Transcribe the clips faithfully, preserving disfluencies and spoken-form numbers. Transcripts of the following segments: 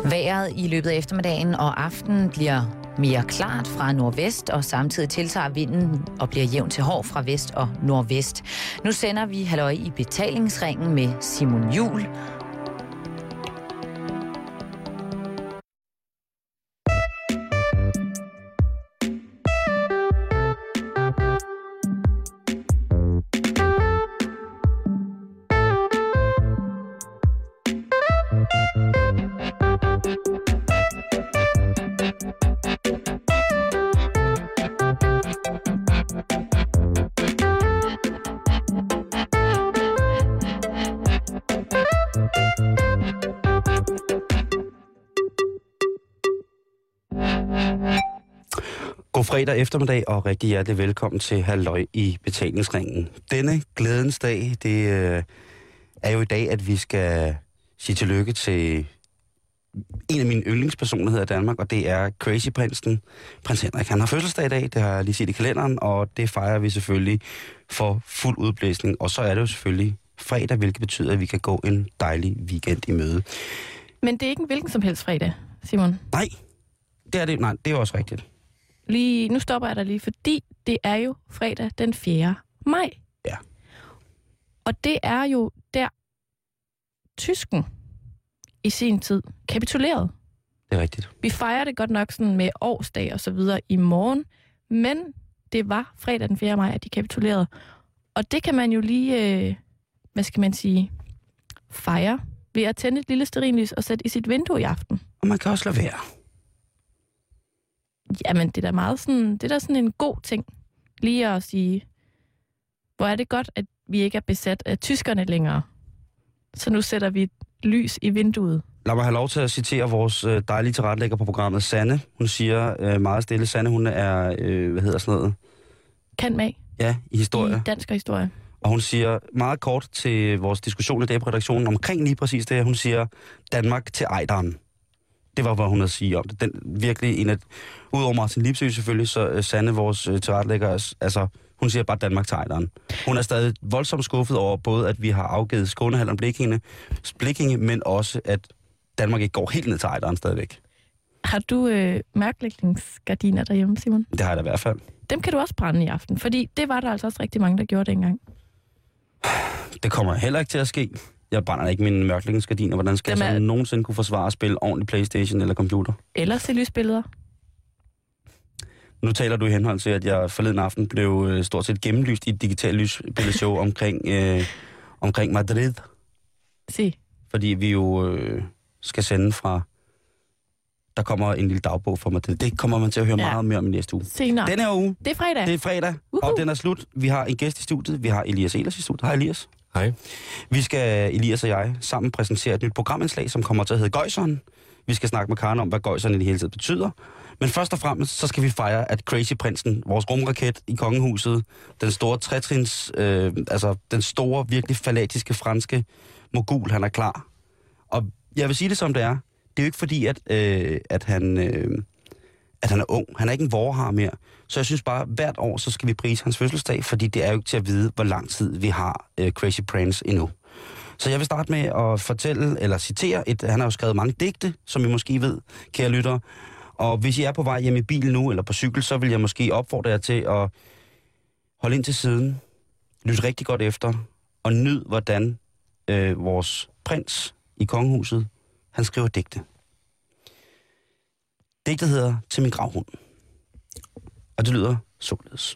Vejret i løbet af eftermiddagen og aftenen bliver mere klart fra nordvest, og samtidig tiltager vinden og bliver jævn til hård fra vest og nordvest. Nu sender vi halløj i betalingsringen med Simon Juhl. God fredag eftermiddag og rigtig hjertelig velkommen til halløj i betalingsringen. Denne glædens dag, det øh, er jo i dag, at vi skal sige tillykke til en af mine yndlingspersonligheder i Danmark, og det er Crazy Prinsen. Prins Henrik, han har fødselsdag i dag, det har jeg lige set i kalenderen, og det fejrer vi selvfølgelig for fuld udblæsning. Og så er det jo selvfølgelig fredag, hvilket betyder, at vi kan gå en dejlig weekend i møde. Men det er ikke en hvilken som helst fredag, Simon. Nej, det er det, nej, det er også rigtigt. Lige, nu stopper jeg dig lige, fordi det er jo fredag den fjerde maj. Ja. Og det er jo der tysken i sin tid kapitulerede. Det er rigtigt. Vi fejrer det godt nok sådan med årsdag og så videre i morgen, men det var fredag den fjerde maj, at de kapitulerede. Og det kan man jo lige, øh, hvad skal man sige, fejre ved at tænde et lille stearinlys og sætte i sit vindue i aften. Og man kan også lade være. Jamen, det er da meget sådan, det er da sådan en god ting, lige at sige, hvor er det godt, at vi ikke er besat af tyskerne længere. Så nu sætter vi et lys i vinduet. Lad mig have lov til at citere vores øh, dejlige tilrettelægger på programmet, Sanne. Hun siger øh, meget stille, Sanne, hun er, øh, hvad hedder sådan noget? Kan med. Ja, i historie. I dansk og historie. Og hun siger meget kort til vores diskussion i dag på redaktionen omkring lige præcis det her. Hun siger, Danmark til Ejderen. Det var, hvad hun havde at sige om det. Den virkelig en af... Udover Martin Lipsø selvfølgelig, så uh, Sanne, vores uh, tilrettelægger, altså, hun siger bare Danmark til Ejderen. Hun er stadig voldsomt skuffet over både, at vi har afgivet Skånehallen Blikkinge, Blikkinge, men også, at Danmark ikke går helt ned til Ejderen stadigvæk. Har du øh, mørklægningsgardiner derhjemme, Simon? Det har jeg da i hvert fald. Dem kan du også brænde i aften, fordi det var der altså også rigtig mange, der gjorde det engang. Det kommer heller ikke til at ske. Jeg brænder ikke mine mørklægningsgardiner. Hvordan skal Dem er... jeg så nogensinde kunne forsvare at spille ordentlig PlayStation eller computer? Eller se lysbilleder. Nu taler du i henhold til, at jeg forleden aften blev øh, stort set gennemlyst i et digitalt lysbilledshow omkring, øh, omkring Madrid. Se. Fordi vi jo øh, skal sende fra... Der kommer en lille dagbog fra Madrid. Det kommer man til at høre ja. meget mere om i næste uge. Senere. Den her uge. Det er fredag. Det er fredag, uh-huh. og den er slut. Vi har en gæst i studiet. Vi har Elias Ehlers i studiet. Hej Elias. Hej. Vi skal, Elias og jeg, sammen præsentere et nyt programindslag, som kommer til at hedde Gøjseren. Vi skal snakke med Karen om, hvad Gøjseren i det hele taget betyder. Men først og fremmest, så skal vi fejre, at Crazy Prinsen, vores rumraket i kongehuset, den store trætrins, øh, altså den store, virkelig falatiske franske mogul, han er klar. Og jeg vil sige det som det er. Det er jo ikke fordi, at, øh, at, han, øh, at han er ung. Han er ikke en vorhar mere. Så jeg synes bare, hvert år, så skal vi prise hans fødselsdag, fordi det er jo ikke til at vide, hvor lang tid vi har øh, Crazy Prince endnu. Så jeg vil starte med at fortælle, eller citere, et, han har jo skrevet mange digte, som I måske ved, kære lyttere. Og hvis I er på vej hjem i bil nu, eller på cykel, så vil jeg måske opfordre jer til at holde ind til siden, lytte rigtig godt efter, og nyd, hvordan øh, vores prins i kongehuset, han skriver digte. Digtet hedder Til min gravhund. Og det lyder således.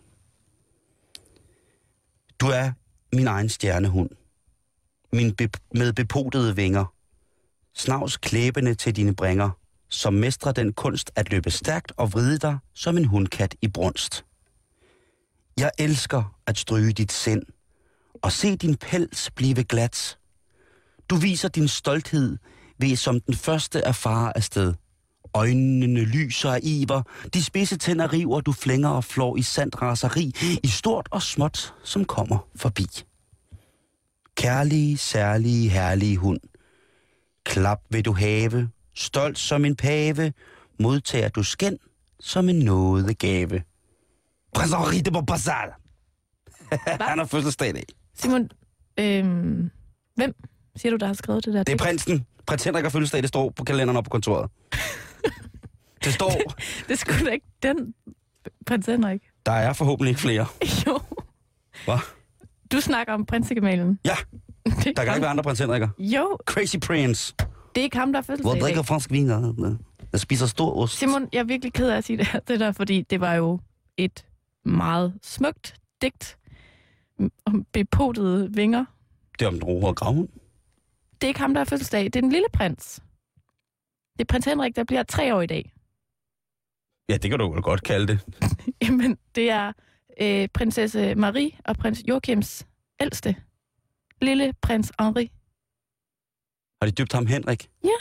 Du er min egen stjernehund. Min be- med bepodede vinger. Snavs klæbende til dine bringer, som mestrer den kunst at løbe stærkt og vride dig som en hundkat i brunst. Jeg elsker at stryge dit sind og se din pels blive glat. Du viser din stolthed ved som den første at fare afsted. Øjnene lyser af iver, de spidse tænder river, du flænger og flår i sandt raseri, i stort og småt, som kommer forbi. Kærlige, særlige, herlige hund. Klap vil du have, stolt som en pave, modtager du skænd som en nådegave. Prins Henri de Montbazal. Han har fødselsdag i dag. Simon, øhm, hvem siger du, der har skrevet det der? Det er prinsen. Prins Henrik har fødselsdag, det står på kalenderen op på kontoret. Det står... Det, det skulle da ikke den prins Henrik. Der er forhåbentlig ikke flere. Jo. Hvad? Du snakker om prinsegemalen. Ja, der kan ham. Ikke være andre prins Henriker. Jo. Crazy Prince. Det er ikke ham, der er fødselsdag i dag. Hvor drikker fransk vin, der spiser stor ost. Simon, jeg er virkelig ked af at sige det her, det der, fordi det var jo et meget smukt digt om bepotede vinger. Det er om den roe og gravhund. Det er ikke ham, der er fødselsdag. Det er den lille prins. Det er prins Henrik, der bliver tre år i dag. Ja, det kan du vel godt kalde det. Jamen, det er øh, prinsesse Marie og prins Joachims ældste. Lille prins Henri. Har de døbt ham Henrik? Ja.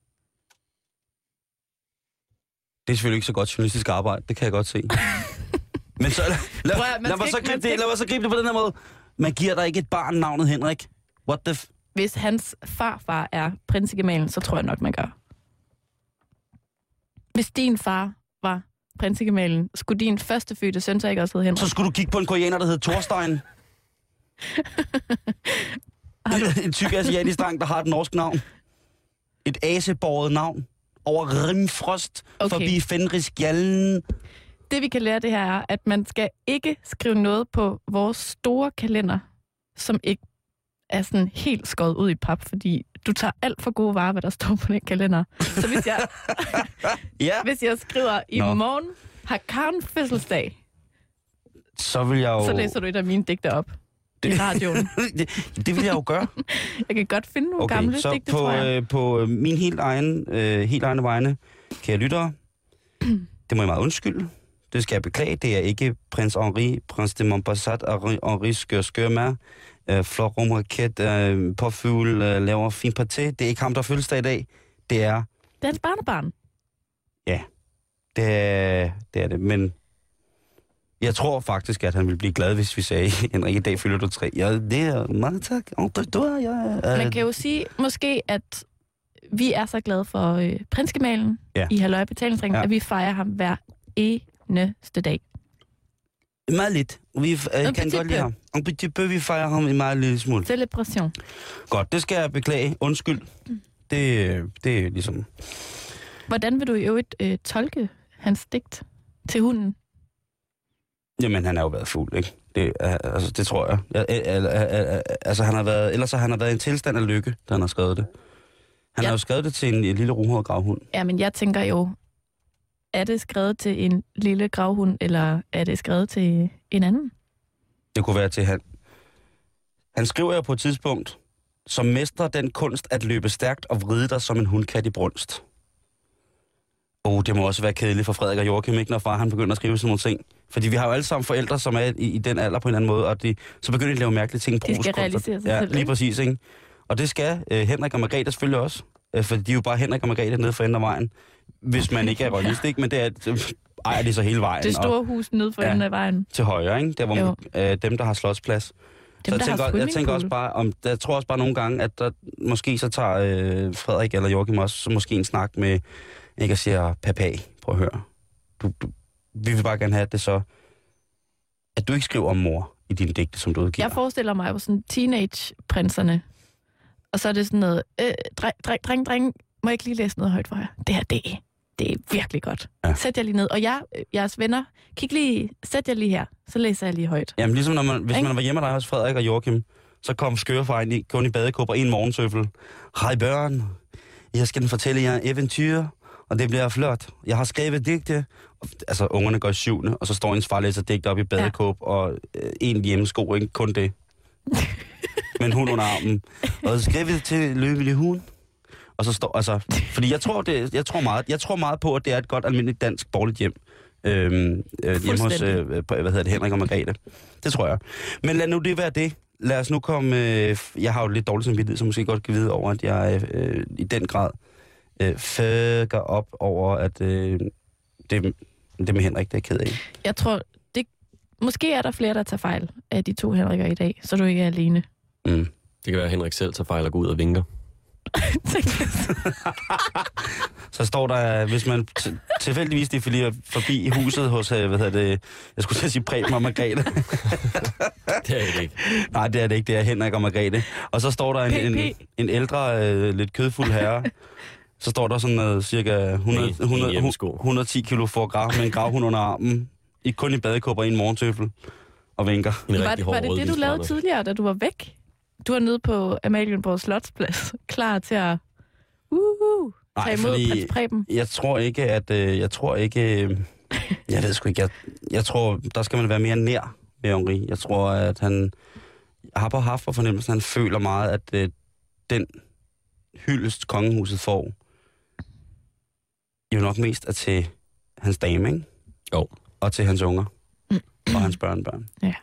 Det er selvfølgelig ikke så godt journalistisk arbejde, det kan jeg godt se. Men så lad, lad, Prøv, lad, mig så gribe det, lad mig så gribe det på den her måde. Man giver dig ikke et barn navnet Henrik. What the f... Hvis hans farfar er prinsegemalen, så tror jeg nok, man gør. Hvis din far var prinsegemalen, skulle din førstefødte søn så ikke også hedde Henrik? Så skulle du kigge på en koreaner, der hed Thorstein. En tyk asiatisk dreng, der har et norsk navn. Et asebåret navn. Over Rimfrost, okay. Forbi Fenriskjallen. Det vi kan lære det her er, at man skal ikke skrive noget på vores store kalender, som ikke er sådan helt skåret ud i pap, fordi du tager alt for gode varer, hvad der står på den kalender. Så hvis jeg, ja. hvis jeg skriver, i Nå. morgen har Karen fødselsdag, så vil jeg jo... Så læser du et af mine digte op det... i radioen. det, det vil jeg jo gøre. Jeg kan godt finde nogle okay, gamle så digte, på, tror jeg. Øh, på min helt egen, øh, helt egne vegne, kære lyttere, det må jeg meget undskylde. Det skal jeg beklage. Det er ikke prins Henri, prins de Montpassat, Henri Skør-Skørmær, øh, Florum Raket, øh, Påfugl, øh, laver fin paté. Det er ikke ham, der har fødselsdag i dag. Det er... Det er hans barnebarn. Ja, det er, det er det. Men jeg tror faktisk, at han ville blive glad, hvis vi sagde, Henrik, i dag fylder du tre. Ja, det er meget tak. Man kan jo sige måske, at vi er så glade for øh, prinsgemalen ja. i Halløj Betalingsringen, ja. at vi fejrer ham hver eneste dag. Meget lidt. Vi øh, kan godt lide ham. En petit peu, vi fejrer ham en meget lille smule. Celebration. Godt, det skal jeg beklage. Undskyld. Mm. Det, det er ligesom... Hvordan vil du i øvrigt øh, tolke hans digt til hunden? Jamen, han har jo været fuld, ikke? Det, altså, det tror jeg. jeg altså, han har været... Ellers har han har været i en tilstand af lykke, da han har skrevet det. Han ja. har jo skrevet det til en, en lille ruhåret gravhund. Ja, men jeg tænker jo, er det skrevet til en lille gravhund, eller er det skrevet til en anden? Det kunne være til han. Han skriver jo på et tidspunkt, som mestrer den kunst at løbe stærkt og vride dig som en hundkat i brunst. Åh, oh, det må også være kedeligt for Frederik og Joachim, ikke, når far han begynder at skrive sådan nogle ting. Fordi vi har jo alle sammen forældre, som er i, i den alder på en anden måde, og de, så begynder de at lave mærkelige ting. De skal realisere sig ja, selv. Lige præcis, ikke? Og det skal øh, Henrik og Margrethe selvfølgelig også. Øh, for de er jo bare Henrik og Margrethe nede for enden af vejen. Hvis man ikke er royalist, ikke? Men det er, så ejer de så hele vejen. Det store hus nede for ja, enden af vejen. Til højre, ikke? Der hvor man, øh, dem, der har slotsplads. Dem, så jeg tænker, jeg tænker også bare, om, jeg tror også bare nogle gange, at der, måske så tager øh, Frederik eller Joachim også så måske en snak med, ikke at sige, papa, prøv at høre. Du, du, vi vil bare gerne have det så, at du ikke skriver om mor i dine digte, som du udgiver. Jeg forestiller mig jo sådan teenage-prinserne, og så er det sådan noget, øh, dreng, dreng, dreng, dreng, må jeg ikke lige læse noget højt for jer? Det her, det er, det er virkelig godt. Ja. Sæt jer lige ned. Og jeg, jeres venner, kig lige, sæt jer lige her, så læser jeg lige højt. Jamen ligesom når man, hvis man var hjemme med dig hos Frederik og Joachim, så kom skørefar ind i, kun i badekåber en morgensøffel. Hej børn, jeg skal fortælle jer eventyr, og det bliver flot. Jeg har skrevet digte. Altså, ungerne går i syvende, og så står ens far læser digte op i badekåb, ja. og øh, en hjemmesko, ikke kun det. Men hun under armen. Og skrevet til løbelig hund. Og så står, altså, fordi jeg tror, det, jeg tror meget, jeg tror meget på, at det er et godt almindeligt dansk borgerligt hjem. Øhm, øh, hjemme hos, øh, hvad hedder det, Henrik og Margrethe. Det tror jeg. Men lad nu det være det. Lad os nu komme, øh, jeg har jo lidt dårligt samvittighed, så måske godt kan vide over, at jeg øh, i den grad øh, fækker op over, at øh, det, det med Henrik, det er ked af. Jeg tror, det, måske er der flere, der tager fejl af de to Henriker i dag, så du ikke er alene. Mm. Det kan være, at Henrik selv tager fejl og går ud og vinker. Så står der, hvis man t- tilfældigvis defilerer forbi huset hos, hvad hedder det, jeg skulle til at sige Preben og Margrethe. Det er det ikke. Nej, det er det ikke, det er Henrik og Margrethe. Og så står der en, en, en ældre, øh, lidt kødfuld herre. Så står der sådan noget cirka hundrede, hundrede, hundrede, hundrede og ti kilo for grav med en gravhund under armen. I, kun i badekåb og en morgentøffel. Og vinker. Var det var det, det, du lavede tidligere, da du var væk? Du var nede på Amalienborg Slotsplads, klar til at uh, tage imod prins Preben. Jeg tror ikke, at... Øh, jeg tror ikke... Øh, jeg ved sgu ikke. Jeg, jeg tror, der skal man være mere nær med Henri. Jeg tror, at han... Jeg har bare haft for fornemmelsen, at han føler meget, at øh, den hyldest kongehuset får, jo nok mest er til hans dame, ikke? Jo. Og til hans unger. Mm. Og hans børnebørn. Ja.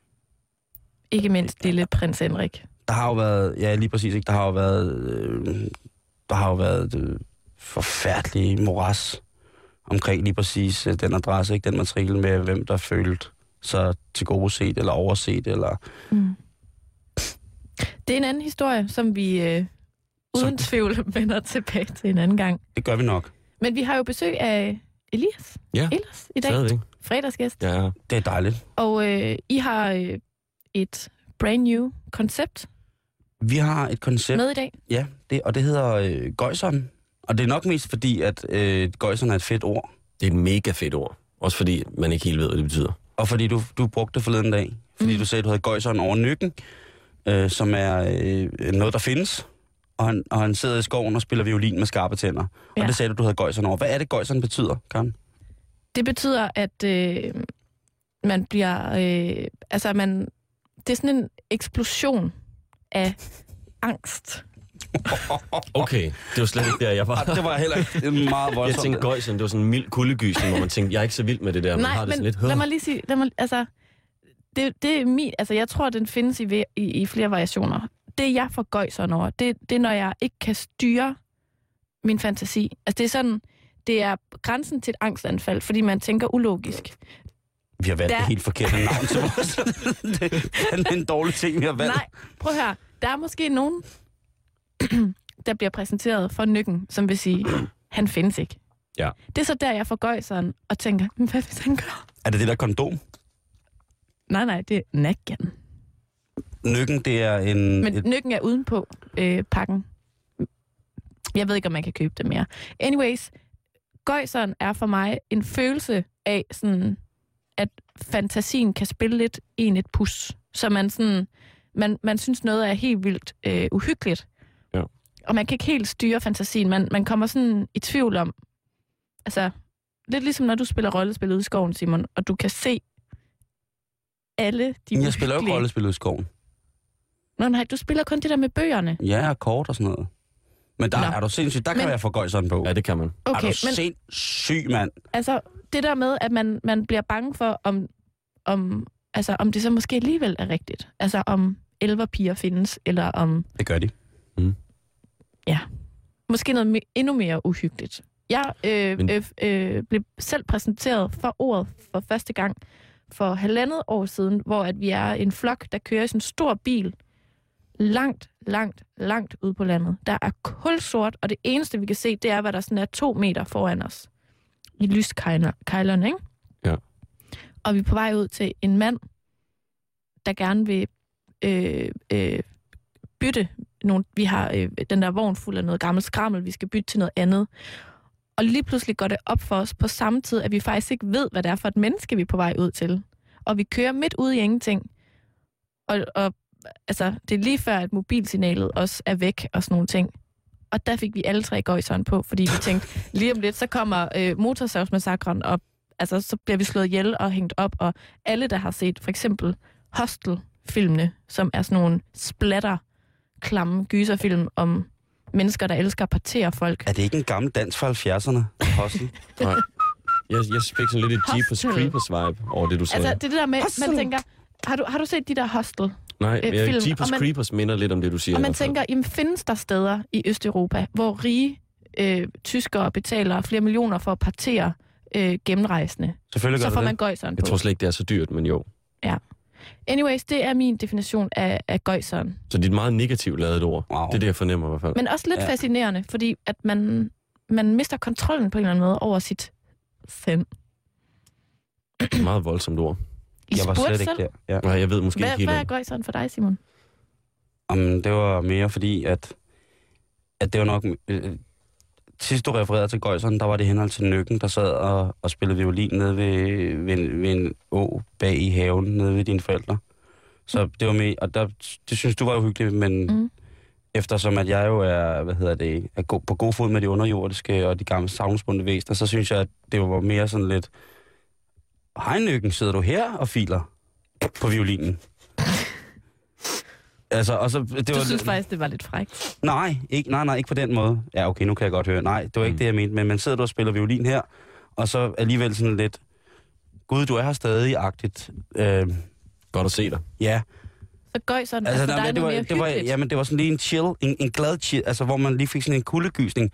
Ikke mindst lille prins Henrik. Der har jo været, ja lige præcis, ikke? Der har jo været, øh, der har jo været øh, forfærdelige moras omkring lige præcis øh, den adresse, ikke? Den matrikel med, hvem der følte sig tilgodeset eller overset, eller... Mm. Det er en anden historie, som vi øh, uden som... tvivl vender tilbage til en anden gang. Det gør vi nok. Men vi har jo besøg af Elias. Ja, Elias i dag. Stadigvæk. Fredagsgæst. Ja, det er dejligt. Og øh, I har øh, et brand new koncept. Vi har et koncept. Med i dag. Ja, det, og det hedder øh, Gøjseren. Og det er nok mest fordi, at øh, Gøjseren er et fedt ord. Det er et mega fedt ord. Også fordi man ikke helt ved, hvad det betyder. Og fordi du, du brugte det forleden dag. Fordi mm. du sagde, at du havde Gøjseren over Nykken, øh, som er øh, noget, der findes. Og han, og han sidder i skoven og spiller violin med skarpe tænder. Ja. Og det sagde du, du havde Gøjseren over. Hvad er det, Gøjseren betyder, Karen? Det betyder, at øh, man bliver... Øh, altså, man... Det er sådan en eksplosion af angst. Okay, det var slet ikke der, jeg var. Det var heller ikke. Det er meget voldsomt. Jeg tænkte Gøjsen, det var sådan en mild kuldegysning, hvor man tænkte, jeg er ikke så vild med det der, men Nej, har det men sådan lidt... lad mig lige sige, lad mig, altså, det, det er min, altså, jeg tror, den findes i, i, i flere variationer. Det, jeg får Gøjseren over, det, det er, når jeg ikke kan styre min fantasi. Altså, det er sådan, det er grænsen til et angstanfald, fordi man tænker ulogisk. Vi har valgt der... det helt forkerte navn til os. Det er en dårlig ting, vi har valgt. Nej, prøv at høre. Der er måske nogen, der bliver præsenteret for Nykken, som vil sige, han findes ikke. Ja. Det er så der, jeg får Gøjseren og tænker, hvad hvis han gør? Er det det der kondom? Nej, nej, det er Nakken. Nykken, det er en... Men et... Nykken er udenpå øh, pakken. Jeg ved ikke, om man kan købe det mere. Anyways, Gøjseren er for mig en følelse af sådan... at fantasien kan spille lidt en et pus. Så man sådan, man, man synes noget er helt vildt øh, uhyggeligt. Ja. Og man kan ikke helt styre fantasien. Man, man kommer sådan i tvivl om, altså, lidt ligesom når du spiller rollespil ude i skoven, Simon, og du kan se alle de uhyggelige... Jeg spiller jo ikke rollespil ude i skoven. Nå nej, du spiller kun det der med bøgerne. Ja, og kort og sådan noget. Men der Nå. er du sindssygt, der kan men... være for Gøjseren på. Ja, det kan man. Okay, er du men... sindssyg, mand? Altså, det der med, at man, man bliver bange for, om, om, altså, om det så måske alligevel er rigtigt. Altså, om elverpiger findes, eller om... Det gør de. Mm. Ja. Måske noget me- endnu mere uhyggeligt. Jeg øh, Men... øh, øh, blev selv præsenteret for ordet for første gang for halvandet år siden, hvor at vi er en flok, der kører i sådan en stor bil langt, langt, langt ude på landet. Der er kulsort, og det eneste, vi kan se, det er, hvad der sådan er to meter foran os. I lyskejlerne, ikke? Ja. Og vi er på vej ud til en mand, der gerne vil øh, øh, bytte nogle... Vi har øh, den der vogn fuld af noget gammelt skrammel, vi skal bytte til noget andet. Og lige pludselig går det op for os på samme tid, at vi faktisk ikke ved, hvad det er for et menneske, vi er på vej ud til. Og vi kører midt ude i ingenting. Og, og altså, det er lige før, at mobilsignalet også er væk og sådan nogle ting. Og der fik vi alle tre Gøjseren på, fordi vi tænkte, lige om lidt, så kommer øh, Motorsavsmassakren op. Altså, så bliver vi slået ihjel og hængt op, og alle, der har set for eksempel Hostel-filmene, som er sådan nogle splatter, klamme gyserfilm om mennesker, der elsker at partere folk. Er det ikke en gammel dans fra halvfjerdserne, Hostel? Nej. Jeg, jeg fik sådan lidt et Jeepers Creepers-vibe over det, du sagde. Altså, det er det der med, Hostel. Man tænker, har du, har du set de der Hostel? Nej, øh, jeg, Jeepers man, Creepers minder lidt om det, du siger. Og man tænker, jamen, findes der steder i Østeuropa, hvor rige øh, tyskere betaler flere millioner for at partere øh, gennemrejsende? Selvfølgelig gør så får det. man Gøjseren på. Jeg tror slet ikke, det er så dyrt, men jo. Ja. Anyways, det er min definition af, af gøjseren. Så det er et meget negativt lavet ord. Wow. Det er det, jeg fornemmer i hvert fald. Men også lidt Ja. fascinerende, fordi at man, man mister kontrollen på en eller anden måde over sit sind. Meget voldsomt ord. I Jeg var spurgte slet ikke selv. der. Ja. Nej, jeg ved måske Hvad, ikke helt hvad er om. gøjseren for dig, Simon? Um, det var mere fordi, at, at det var nok... Øh, sidst du refererede til Gøjseren, der var det henhold til Nøkken, der sad og, og spillede violin nede ved, ved, en, ved en å bag i haven, nede ved dine forældre. Så det var med, og der, det synes du var jo hyggeligt, men Mm. eftersom at jeg jo er, hvad hedder det, er go, på god fod med de underjordiske og de gamle savnsbundne væsener, så synes jeg, at det var mere sådan lidt, hej Nøkken, sidder du her og filer på violinen? Altså, og så, det Du var, synes faktisk, det var lidt frækt. Nej, ikke, nej, nej, ikke på den måde. Ja, okay, nu kan jeg godt høre. Nej, det var ikke Mm. det, jeg mente. Men man sidder du og spiller violin her, og så alligevel sådan lidt, Gud, du er her stadig-agtigt. Øh, Mm. Godt at se dig. ja, Så gøjseren altså, er for nej, dig det, noget var, mere det var, hyggeligt. jamen, det var sådan lige en chill, en, en glad chill, altså hvor man lige fik sådan en kuldegysning.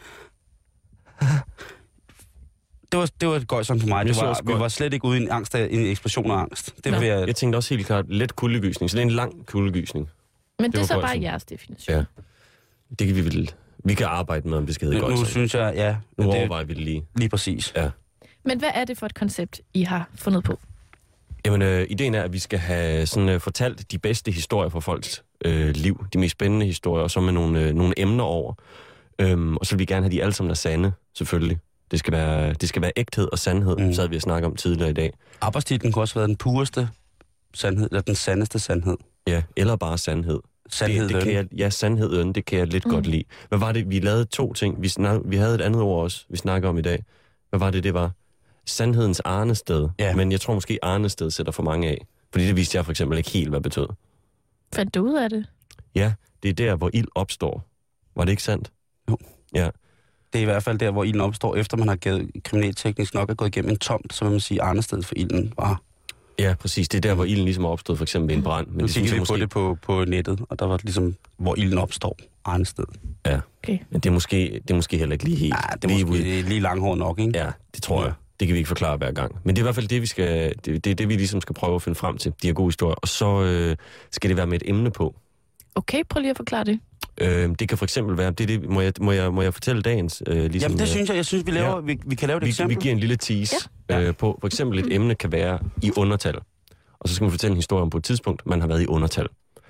Det var, det var et gøjseren for mig. Jeg Det så var, også vi godt. var slet ikke ude i en, angst af, en eksplosion af angst. Det Nå. vil jeg, Jeg tænkte også helt klart let kuldegysning, så det er en lang kuldegysning. Men det er var så bare gøjseren. jeres definition. Ja. Det kan vi vel... Vi kan arbejde med, om det skal hedde nu, nu gøjseren. synes jeg, ja, Nu det, overvejer vi det lige. lige præcis. Ja. Men hvad er det for et koncept, I har fundet på? Jamen, øh, ideen er, at vi skal have sådan, øh, fortalt de bedste historier fra folks øh, liv. De mest spændende historier, og så med nogle, øh, nogle emner over. Øhm, og så vil vi gerne have de alle sammen er sande, selvfølgelig. Det skal være, det skal være ægthed og sandhed, Mm. mm. så havde vi snakket om tidligere i dag. Arbejdstitlen kunne også være den pureste sandhed, eller den sandeste sandhed. Ja, eller bare sandhed. Sandhed det, det kan jeg, ja, sandheden, det kan jeg lidt Mm. mm. godt lide. Hvad var det? Vi lavede to ting. Vi, snak, vi havde et andet ord også, vi snakker om i dag. Hvad var det, det var? Sandhedens arnested. Ja. Men jeg tror måske, arnested sætter for mange af. Fordi det viste jeg for eksempel ikke helt, hvad det betød. Fandt du ud af det? Ja, det er der, hvor ild opstår. Var det ikke sandt? Jo. Ja. Det er i hvert fald der, hvor ilden opstår, efter man har givet kriminalteknisk nok er gået igennem en tomt, så vil man sige, at arnestedet for ilden var. Ja, præcis. Det er der, hvor ilden ligesom er opstået, for eksempel ved en brand. Men Nu det synes kiggede jeg vi på måske, det på, på nettet, og der var det ligesom, hvor ilden opstår, arnestedet. Ja. Okay. Men det er, måske, det er måske heller ikke lige helt. Ja, det er lige måske ud- lige, lige langhåret nok, ikke? Ja, det tror Ja. jeg. Det kan vi ikke forklare hver gang. Men det er i hvert fald det, vi skal, det, det er det, vi ligesom skal prøve at finde frem til. De her gode historier. Og så øh, skal det være med et emne på. Okay, prøv lige at forklare det. Øh, det kan for eksempel være, det, er det, må, jeg, må, jeg, må jeg fortælle dagens? Øh, ligesom, Jamen det øh, synes jeg, jeg synes, vi, laver, ja. vi, vi kan lave et vi, eksempel. vi giver en lille tease Ja. øh, på. For eksempel et emne kan være i undertal. Og så skal man fortælle en historie om på et tidspunkt, man har været i undertal.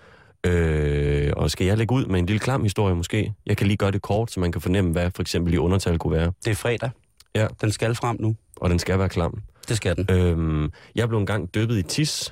Øh, og skal jeg lægge ud med en lille klam historie måske? Jeg kan lige gøre det kort, så man kan fornemme, hvad for eksempel i undertal kunne være. Det er fredag. Ja. Den skal frem nu. Og den skal være klam. Det skal den. Øhm, jeg blev engang dyppet i tis.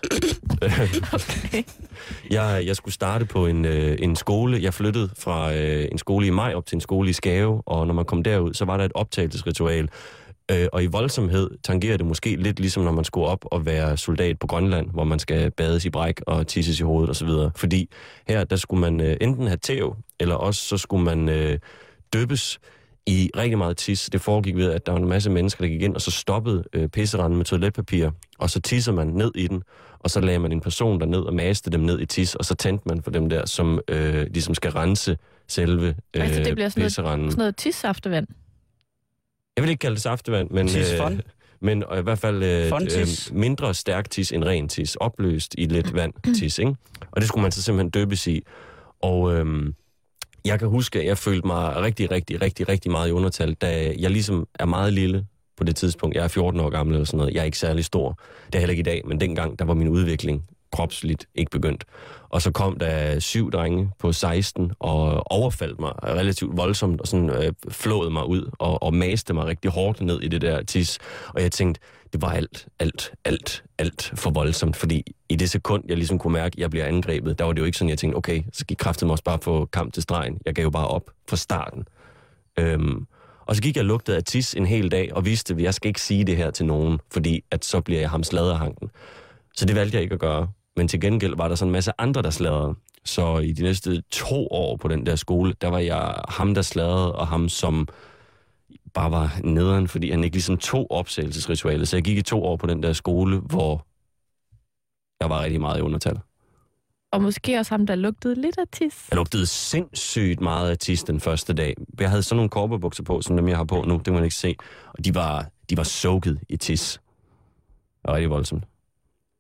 Okay. jeg, jeg skulle starte på en, øh, en skole. Jeg flyttede fra øh, en skole i Maj op til en skole i Skave, og når man kom derud, så var der et optagelsesritual. Øh, og i voldsomhed tangerer det måske lidt ligesom, når man skulle op og være soldat på Grønland, hvor man skal bades i bræk og tisses i hovedet osv. Fordi her, der skulle man øh, enten have tæv, eller også så skulle man øh, dyppes i rigtig meget tis. Det foregik ved, at der var en masse mennesker, der gik ind, og så stoppede øh, pisseranden med toiletpapir, og så tisser man ned i den, og så lagde man en person der ned og maste dem ned i tis, og så tændte man for dem der, som øh, ligesom skal rense selve øh, Altså, det bliver sådan noget- pisseranden. Sådan noget tissaftevand. Jeg vil ikke kalde det saftevand, men, Tisfond? men øh, i hvert fald øh, Fondtis? øh, mindre stærk tis end ren tis, opløst i lidt vand tis, ikke? Og det skulle man så simpelthen døbes i. Og øh, jeg kan huske, at jeg følte mig rigtig, rigtig, rigtig, rigtig meget i undertal, da jeg ligesom er meget lille på det tidspunkt. Jeg er fjorten år gammel eller sådan noget. Jeg er ikke særlig stor. Det er heller ikke i dag, men dengang, der var min udvikling kropsligt ikke begyndt. Og så kom der syv drenge på seksten og overfaldt mig relativt voldsomt og sådan øh, flåede mig ud og, og maste mig rigtig hårdt ned i det der tis. Og jeg tænkte, det var alt, alt, alt, alt for voldsomt, fordi i det sekund, jeg ligesom kunne mærke, at jeg bliver angrebet, der var det jo ikke sådan, jeg tænkte, okay, så skal kræftet mig også bare få kamp til stregen. Jeg gav jo bare op fra starten. Øhm, og så gik jeg lugtet af tis en hel dag og vidste, at jeg skal ikke sige det her til nogen, fordi at så bliver jeg ham sladderhanken. Så det valgte jeg ikke at gøre. Men til gengæld var der sådan en masse andre, der sladrede. Så i de næste to år på den der skole, der var jeg ham, der sladrede, og ham, som bare var nederen, fordi han ikke ligesom tog opsættelsesritualet. Så jeg gik i to år på den der skole, hvor jeg var rigtig meget i undertal. Og måske også ham, der lugtede lidt af tis. Jeg lugtede sindssygt meget af tis den første dag. Jeg havde sådan nogle korperbukser på, som dem jeg har på nu, det må man ikke se. Og de var, de var soaket i tis. Det var rigtig voldsomt.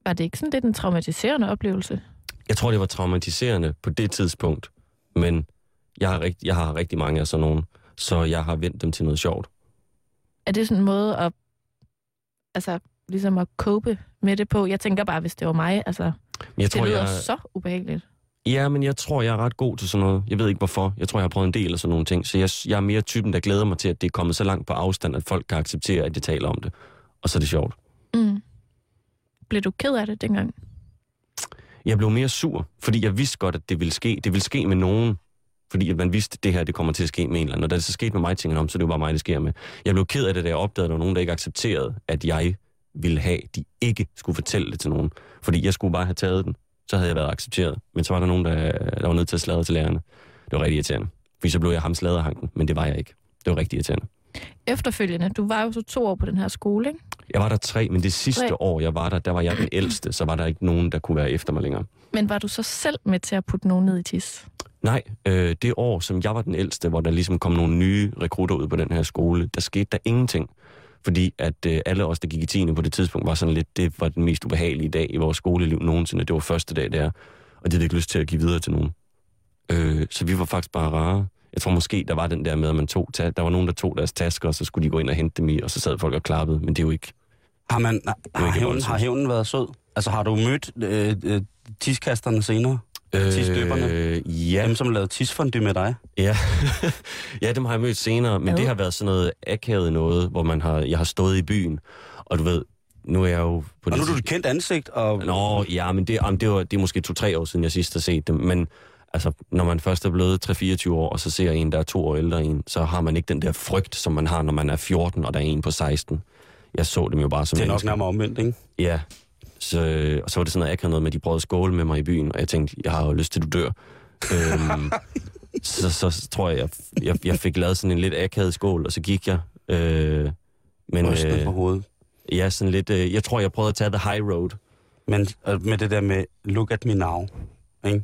Var det ikke sådan lidt en traumatiserende oplevelse? Jeg tror, det var traumatiserende på det tidspunkt, men jeg har, rigt, jeg har rigtig mange af sådan nogle, så jeg har vendt dem til noget sjovt. Er det sådan en måde at, altså, ligesom at cope med det på? Jeg tænker bare, hvis det var mig, altså, jeg tror, det lyder jeg... så ubehageligt. Ja, men jeg tror, jeg er ret god til sådan noget. Jeg ved ikke hvorfor. Jeg tror, jeg har prøvet en del af sådan nogle ting. Så jeg, jeg er mere typen, der glæder mig til, at det er kommet så langt på afstand, at folk kan acceptere, at de taler om det. Og så er det sjovt. Mm. Blev du ked af det dengang? Jeg blev mere sur, fordi jeg vidste godt, at det ville ske. Det ville ske med nogen, fordi at man vidste, at det her det kommer til at ske med en eller anden. Og da det så skete med mig, tænkte om, så det var bare mig, det sker med. Jeg blev ked af det, da jeg opdagede, at der var nogen, der ikke accepterede, at jeg ville have, de ikke skulle fortælle det til nogen. Fordi jeg skulle bare have taget den. Så havde jeg været accepteret. Men så var der nogen, der, der var nødt til at sladre til lærerne. Det var rigtig irriterende. Fordi så blev jeg ham sladerhanken, men det var jeg ikke. Det var rigtig irriterende. Efterfølgende, du var jo så to år på den her skole, ikke? Jeg var der tre, men det sidste tre. år, jeg var der, der var jeg den ældste, så var der ikke nogen, der kunne være efter mig længere. Men var du så selv med til at putte nogen ned i tis? Nej, øh, det år, som jeg var den ældste, hvor der ligesom kom nogle nye rekrutter ud på den her skole, der skete der ingenting. Fordi at øh, alle os, der gik i tiende på det tidspunkt, var sådan lidt, det var den mest ubehagelige dag i vores skoleliv nogensinde. Det var første dag der, og det havde ikke lyst til at give videre til nogen. Øh, så vi var faktisk bare rare. Jeg tror måske, der var den der med, at man tog, der var nogen, der tog deres tasker, og så skulle de gå ind og hente dem i, og så sad folk og klappede, men det er jo ikke... Har, man, har, hævnen, har hævnen været sød? Altså har du mødt øh, øh, tiskasterne senere? Øh, Tisdøberne? Ja. Dem, som lavede tisfondue med dig? Ja. Ja, dem har jeg mødt senere, men ja. Det har været sådan noget akavet noget, hvor man har, jeg har stået i byen, og du ved, nu er jeg jo... På og nu er du et kendt ansigt, og... Nå, ja, men det, det, var, det er måske to-tre år siden, jeg sidst har set dem, men altså, når man først er blevet tre fireogtyve år, og så ser en, der er to år ældre en, så har man ikke den der frygt, som man har, når man er fjorten, og der er en på seksten. Jeg så dem jo bare som... Det er nok nærmere omvendt, ikke? Ja. Så, og så var det sådan noget akavet noget med, at de prøvede at skåle med mig i byen, og jeg tænkte, jeg har jo lyst til, at du dør. øhm, så, så, så tror jeg, jeg, jeg fik lavet sådan en lidt akavet skål, og så gik jeg. Øh, men, Rysten på hovedet. Ja, sådan lidt... Øh, jeg tror, jeg prøvede at tage the high road. Men øh, med det der med, look at me now, ikke?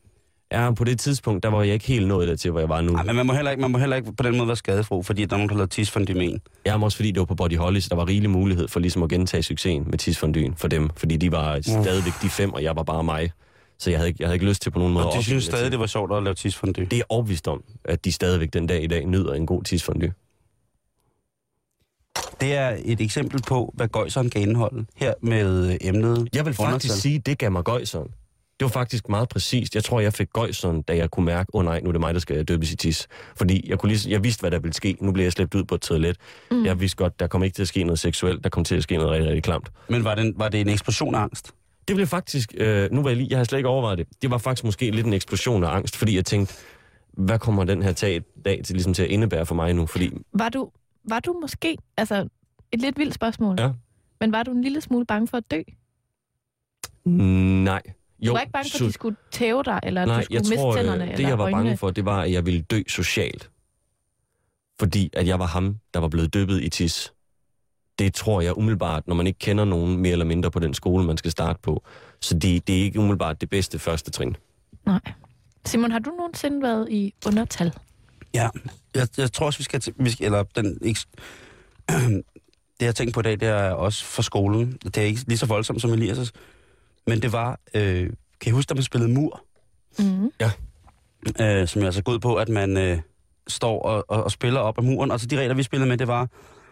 Ja, på det tidspunkt, der var jeg ikke helt nået der til, hvor jeg var nu. Nej, men man må, heller ikke, man må heller ikke på den måde være skadefro, fordi der er nogen, der har lavet tisfondue med en. Ja, men også fordi det var på Body Holly, så der var rigelig mulighed for ligesom at gentage succesen med tisfonduen for dem. Fordi de var stadigvæk de fem, og jeg var bare mig. Så jeg havde ikke, jeg havde ikke lyst til på nogen måde... Og de synes stadig, det var sjovt at lave tisfondue? Det er overbevist om, at de stadigvæk den dag i dag nyder en god tisfondue. Det er et eksempel på, hvad gøjseren kan indeholde her med emnet. Jeg vil faktisk undertal. sige, det gav mig gøjseren. Det var faktisk meget præcist. Jeg tror, jeg fik gøjseren, da jeg kunne mærke, åh oh, nej, nu er det mig, der skal døbes i tis. Fordi jeg, kunne lige, jeg vidste, hvad der ville ske. Nu blev jeg slæbt ud på et toilet. Mm. Jeg vidste godt, der kom ikke til at ske noget seksuelt. Der kom til at ske noget rigtig, rigtig klamt. Men var det, var det en eksplosion af angst? Det blev faktisk... Øh, nu var jeg lige... Jeg har slet ikke overvejet det. Det var faktisk måske lidt en eksplosion af angst, fordi jeg tænkte, hvad kommer den her tag, dag til, ligesom til at indebære for mig nu? Fordi... Var du, var du måske... Altså, et lidt vildt spørgsmål. Ja. Men var du en lille smule bange for at dø? Nej. Jo, du var ikke bange for, at de skulle tæve dig, eller at nej, du skulle miste tror, tænderne? Det, eller jeg var øjnene? bange for, det var, at jeg ville dø socialt. Fordi at jeg var ham, der var blevet dyppet i tis. Det tror jeg umiddelbart, når man ikke kender nogen mere eller mindre på den skole, man skal starte på. Så det, det er ikke umiddelbart det bedste første trin. Nej. Simon, har du nogensinde været i undertal? Ja, jeg, jeg tror også, vi skal... Vi skal eller den... Ikke, det, jeg tænker på i dag, det er også for skolen. Det er ikke lige så voldsomt som Elias'. Men det var... Øh, kan I huske, da man spillede mur? Mm. Ja. Øh, som jeg altså går ud på, at man øh, står og, og, og spiller op ad muren. Og så de regler, vi spillede med, det var...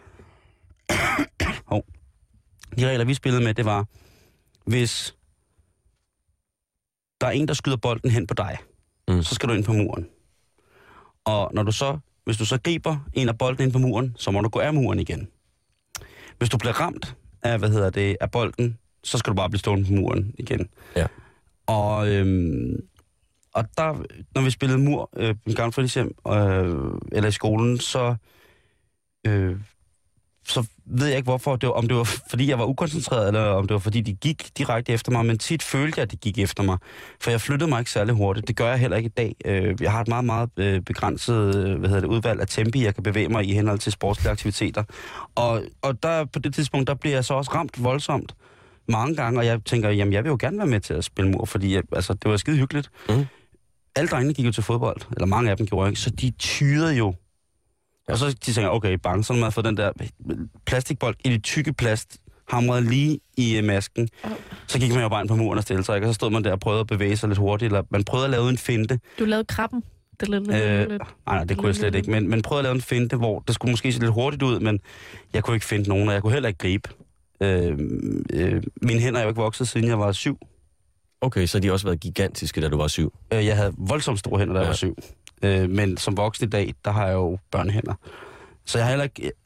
oh. De regler, vi spillede med, det var... Hvis der er en, der skyder bolden hen på dig, mm. så skal du ind på muren. Og når du så, hvis du så griber en af bolden ind på muren, så må du gå af muren igen. Hvis du bliver ramt af, hvad hedder det, af bolden, så skal du bare blive stående på muren igen. Ja. Og, øhm, og der, når vi spillede mur øh, i gamle fritidshjem, øh, eller i skolen, så, øh, så ved jeg ikke hvorfor, det var, om det var fordi jeg var ukoncentreret, eller om det var fordi de gik direkte efter mig, men tit følte jeg, at de gik efter mig. For jeg flyttede mig ikke særlig hurtigt. Det gør jeg heller ikke i dag. Øh, jeg har et meget, meget øh, begrænset hvad hedder det, udvalg af tempi, jeg kan bevæge mig i henhold til sportslige aktiviteter. Og, og der, på det tidspunkt, der bliver jeg så også ramt voldsomt mange gange, og jeg tænker, jamen jeg vil jo gerne være med til at spille mur, fordi jeg, altså, det var skide hyggeligt. Mm. Alle drengene gik jo til fodbold, eller mange af dem gjorde ikke, så de tyrede jo. Ja. Og så de tænker, okay, bang, så har man fået den der plastikbold i det tykke plast, hamrede lige i uh, masken. Oh. Så gik man jo bare ind på muren og stillede sig, ikke? Og så stod man der og prøvede at bevæge sig lidt hurtigt, eller man prøvede at lave en finte. Du lavede krabben? Det lidt, lidt, øh, lidt. Nej, nej, det kunne jeg slet ikke, men, men prøvede at lave en finte, hvor det skulle måske se lidt hurtigt ud, men jeg kunne ikke finde nogen, og jeg kunne heller ikke gribe. Øh, øh, mine hænder er jo ikke vokset, siden jeg var syv. Okay, så har de også været gigantiske, da du var syv? Øh, jeg havde voldsomt store hænder, da jeg ja. var syv. Øh, men som voksen i dag, der har jeg jo børnehænder. Så jeg har heller ikke...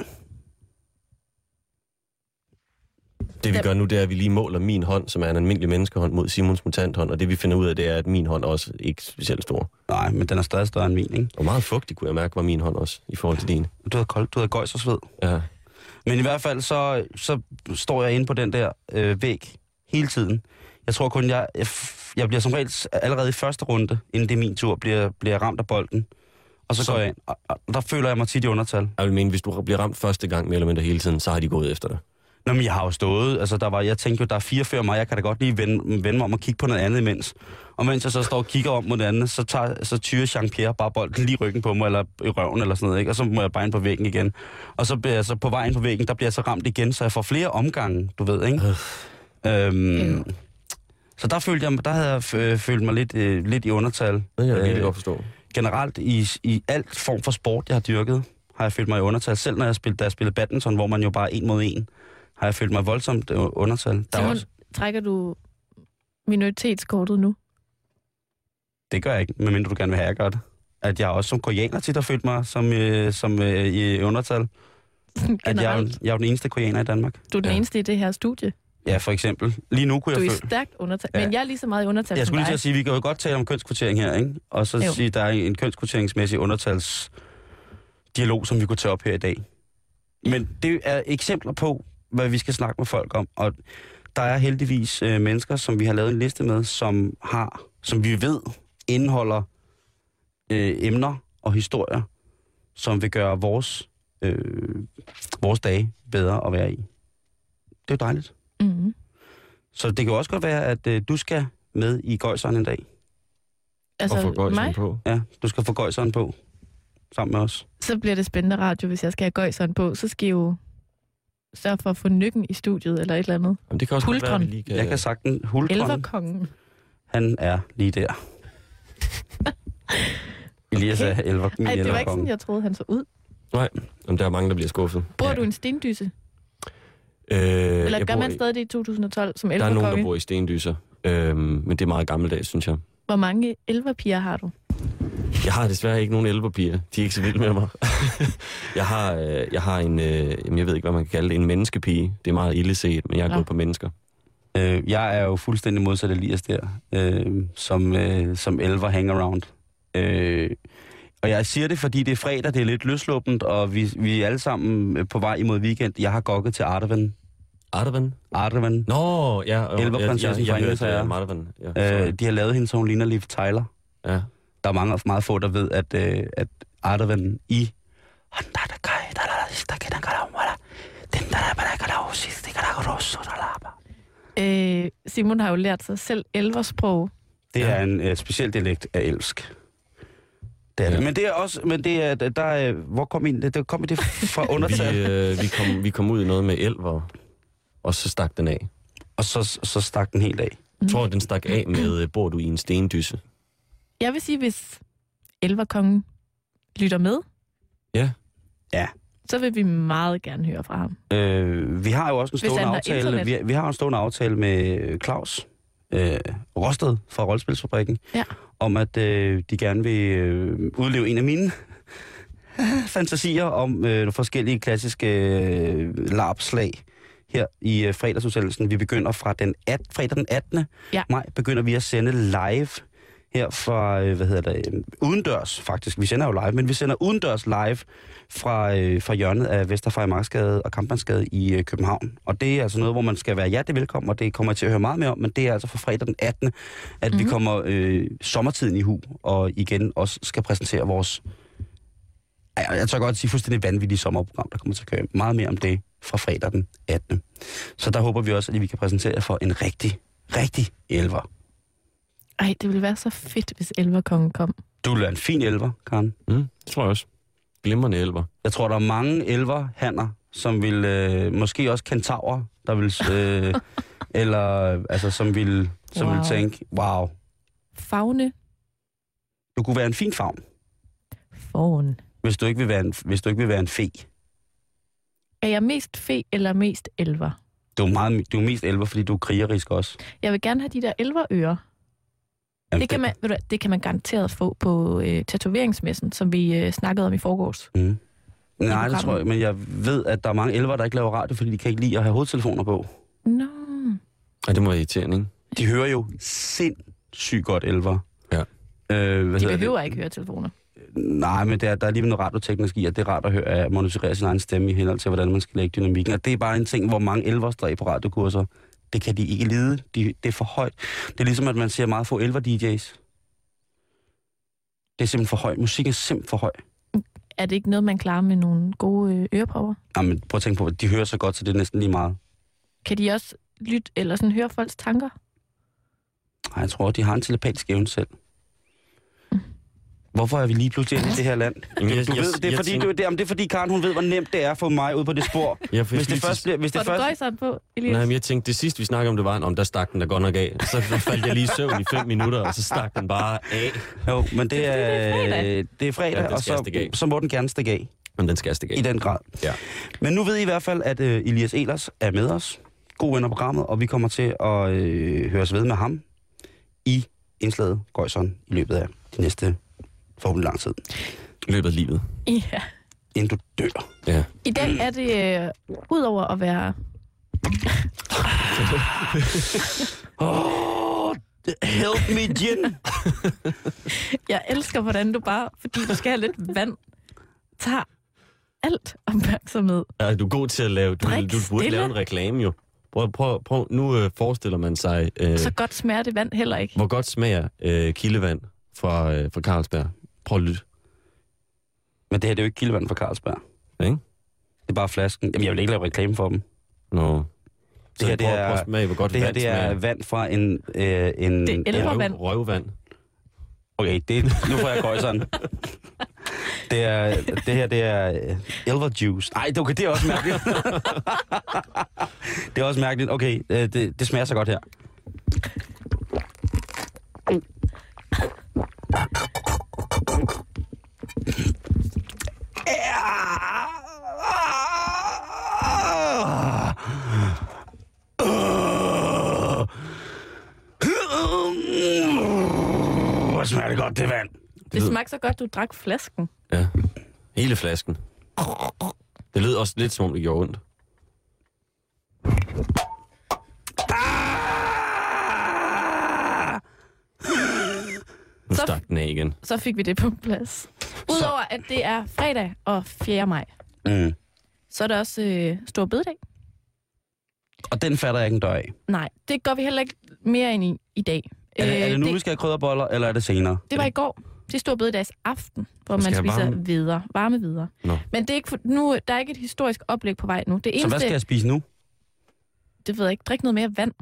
Det vi gør nu, det er, at vi lige måler min hånd, som er en almindelig menneskehånd, mod Simons mutanthånd, og det vi finder ud af, det er, at min hånd også ikke er specielt stor. Nej, men den er stadig større end min, ikke? Og meget fugtig, kunne jeg mærke, var min hånd også, i forhold til din. Du havde koldt, du havde gøjs og sved. Ja. Men i hvert fald, så, så står jeg inde på den der øh, væg hele tiden. Jeg tror kun, jeg, jeg, jeg bliver som regel allerede i første runde, inden det er min tur, bliver, bliver ramt af bolden. Og så, så går jeg ind, og, og der føler jeg mig tit i undertal. Jeg vil mene, hvis du bliver ramt første gang, mere eller mindre hele tiden, så har de gået efter dig. Nå, men jeg har jo stået, altså der var, jeg tænkte jo, der er fire før mig, jeg kan da godt lige vende, vende mig om og kigge på noget andet imens. Og mens jeg så står og kigger om mod det andet, så, tager, så tyrer Jean-Pierre bare bolden lige i ryggen på mig, eller i røven eller sådan noget, ikke? Og så må jeg bare ind på væggen igen. Og så bliver jeg så på vejen på væggen, der bliver jeg så ramt igen, så jeg får flere omgange, du ved, ikke? Øh. Øhm, så der følte jeg, der havde jeg øh, følt mig lidt, øh, lidt i undertal. Det kan jeg virkelig øh, godt forstå. Generelt i, i alt form for sport, jeg har dyrket, har jeg følt mig i undertal. Selv når jeg spillede, da jeg spillede badminton, hvor man jo bare er en mod en, har jeg følt mig voldsomt undertal. Der Simon, også... trækker du minoritetskortet nu? Det gør jeg ikke, medmindre du gerne vil have, jeg gør det. At jeg også som koreaner tit har følt mig som, øh, som øh, i undertal. At jeg er, jo, jeg er jo den eneste koreaner i Danmark. Du er den ja. eneste i det her studie? Ja, for eksempel. Lige nu kunne du jeg føle... Du er stærkt undertal, ja. Men jeg er lige så meget i undertal Jeg skulle lige til dig. at sige, at vi kan jo godt tale om kønskvotering her, ikke? Og så jo. sige, at der er en kønskvoteringsmæssig undertalsdialog, som vi kunne tage op her i dag. Men det er eksempler på, hvad vi skal snakke med folk om. Og der er heldigvis øh, mennesker, som vi har lavet en liste med, som har, som vi ved, indeholder øh, emner og historier, som vil gøre vores, øh, vores dage bedre at være i. Det er jo dejligt. Mm-hmm. Så det kan også godt være, at øh, du skal med i Gøjseren en dag. Altså og få Gøjseren på? Ja, du skal få Gøjseren på. Sammen med os. Så bliver det spændende radio, hvis jeg skal have Gøjseren på. Så skal I jo sørge for at få nykken i studiet, eller et eller andet. Jamen, det kan også Huldron. være, vi lige kan... Jeg kan sagtens... Huldron. Elverkongen. Han er lige der. Elias er elver, Ej, det var ikke sådan, jeg troede, han så ud. Nej, men der er mange, der bliver skuffet. Bor ja. du i en stendyse? Øh, Eller gør man stadig det i to tusind og tolv som elverkonge? Der er nogen, der bor i stendyser, øh, men det er meget gammeldags, synes jeg. Hvor mange elverpiger har du? Jeg har desværre ikke nogen elverpiger. De er ikke så vilde med mig. jeg har, øh, jeg har en, øh, jeg ved ikke, hvad man kan kalde det, en menneskepige. Det er meget ille set, men jeg er ja. gået på mennesker. Øh, jeg er jo fuldstændig modsat Elias der, øh, som, øh, som elver hangaround. Øh, og jeg siger det, fordi det er fredag, det er lidt løsluppent, og vi, vi er alle sammen på vej imod weekend. Jeg har gokket til Ardeven. Ardeven? Ardeven. Nå, ja. Elverprinsessen fra Ingrid Sager. Ardeven. Ja, øh, de har lavet hende, så hun ligner Liv Tyler. Ja. Der er mange, meget få, der ved, at, øh, at Ardeven i... Øh, Simon har jo lært sig selv elversprog. Det er en øh, speciel dialekt af elvsk. Det er det. Ja. Men det er også, men det er, der er, hvor kom I det? Kom I det fra undertal? vi, øh, vi, kom, vi kom ud i noget med elver, og så stak den af. Og så, så stak den helt af? Jeg tror, den stak af med, bor du i en stendysse? Jeg vil sige, hvis elverkongen lytter med, ja, ja, så vil vi meget gerne høre fra ham. Øh, vi har jo også en stående aftale. Vi, vi har en stående aftale med Claus øh, Rosted fra Rollespilsfabrikken, ja. om at øh, de gerne vil øh, udleve en af mine fantasier om øh, forskellige klassiske øh, larpslag her i øh, fredagsudsendelsen. Vi begynder fra den at, fredag den attende Ja. maj, begynder vi at sende live her fra, øh, hvad hedder det, øh, udendørs faktisk. Vi sender jo live, men vi sender udendørs live fra, øh, fra hjørnet af Vesterfejmarksgade og Kampmannsgade i øh, København. Og det er altså noget, hvor man skal være hjertelig velkommen, og det kommer jeg til at høre meget mere om, men det er altså fra fredag den attende at mm-hmm. vi kommer øh, sommertiden i hu, og igen også skal præsentere vores, jeg, jeg tør godt sige, fuldstændig vanvittige sommerprogram, der kommer til at køre meget mere om det fra fredag den attende Så der håber vi også, at vi kan præsentere for en rigtig, rigtig elver. Ej, det ville være så fedt, hvis elverkongen kom. Du vil være en fin elver, Karen. Mm, det tror jeg også. Glimrende elver. Jeg tror, der er mange elverhanner, som vil, øh, måske også kentaurer, der vil, øh, eller altså, som vil, som Wow. vil tænke, wow, Faune. du kunne være en fin favn, Faun. hvis du ikke vil være en, hvis du ikke vil være en fe. Er jeg mest fe eller mest elver? Du er, meget, du er mest elver, fordi du er krigerisk også. Jeg vil gerne have de der elverører. Jamen, Det kan man, ved du, hvad, det kan man garanteret få på øh, tatoveringsmessen, som vi øh, snakkede om i forgårs. Mm. Nej, det programmet. tror jeg, men jeg ved, at der er mange elver, der ikke laver radio, fordi de kan ikke lide at have hovedtelefoner på. Nå. Ja, det må være irriterende, ikke? De hører jo sindssygt godt elver. Ja. Øh, hvad De hedder behøver det? ikke høretelefoner. Nej, men der, der er alligevel noget radioteknisk i, at det er rart at høre at monitorere sin egen stemme i henhold til, hvordan man skal lægge dynamikken. Og det er bare en ting, hvor mange elverstræk på radiokurser, det kan de ikke lide. De, det er for højt. Det er ligesom, at man ser meget få elver-D J's. Det er simpelthen for højt. Musikken er simpelthen for høj. Er det ikke noget, man klarer med nogle gode øh, ørepropper? Jamen, prøv at tænke på, at de hører så godt, så det er næsten lige meget. Kan de også lytte eller sådan høre folks tanker? Nej, jeg tror, de har en telepatisk evne selv. Hvorfor er vi lige pludselig inde i det her land? Jamen, jeg- Du jeg- ved, det er jeg fordi, tænker- du, det, jamen, det er fordi, Karen, hun ved, hvor nemt det er for mig ud på det spor. Ja, for Hvis det lige først til- bliver... Hvis det Får du først, gøjseren på, Elias? Nej, men jeg tænkte, det sidste, vi snakkede om, det var, om der stak den der godt nok af. Så faldt jeg lige i søvn i fem minutter, og så stak den bare af. jo, men det er, det er fredag. det er fredag, Ja, den og skal så, stikke af. så må den gerne stikke af. Men den skal stikke af. I den grad. Ja. Men nu ved I i hvert fald, at øh, Elias Ehlers er med os. God ven af programmet, og vi kommer til at øh, høre os ved med ham i indslaget Gøjseren i løbet af de næste forhåbentlig lang tid. I løbet af livet. Ja. Inden du dør. Ja. I dag er det, øh, udover at være... Oh, help me, Gin. Jeg elsker, hvordan du bare, fordi du skal have lidt vand, tager alt opmærksomhed. Ja, du er god til at lave... Du, Drik du burde stille. lave en reklame, jo. Prøv, prøv, prøv. Nu øh, forestiller man sig, øh, Så godt smager det vand heller ikke. hvor godt smager øh, kildevand fra, øh, fra Carlsberg. Prøv at lytte. Men det her det er jo ikke kildevand fra Carlsberg. Ikke? Det er bare flasken. Jamen, jeg vil ikke lave reklame for dem. Nå. Så her, det det prøv, er- prøv at smage, hvor godt Det her vand det er smager. vand fra en... Øh, en Det er elvervand. Røv, røvvand. Okay, det, nu får jeg Gøjseren. Det, er, det her, det er øh, elver juice. Nej, okay, det er også mærkeligt. Det er også mærkeligt. Okay, øh, det, det smager så godt her. Hvor smager det godt, det vand. Det smagte så godt, du drak flasken. Ja. Hele flasken. Det lød også lidt, som om det gjorde ondt. Nu Så- stak den af igen. Så fik vi det på plads. Udover at det er fredag og fjerde maj, Mm. så er der også øh, stor bededag. Og den fatter jeg ikke en dør af. Nej, det går vi heller ikke mere ind i i dag. Er det, er Øh, det nu, det, vi skal have krydderboller, eller er det senere? det var i går. Det er stor bededags aften, hvor Vi man skal have spiser varme- videre, varme videre. Nå. Men det er ikke for, nu, der er ikke et historisk oplæg på vej nu. Det Så eneste, hvad skal jeg spise nu? det ved jeg ikke, drik noget mere vand.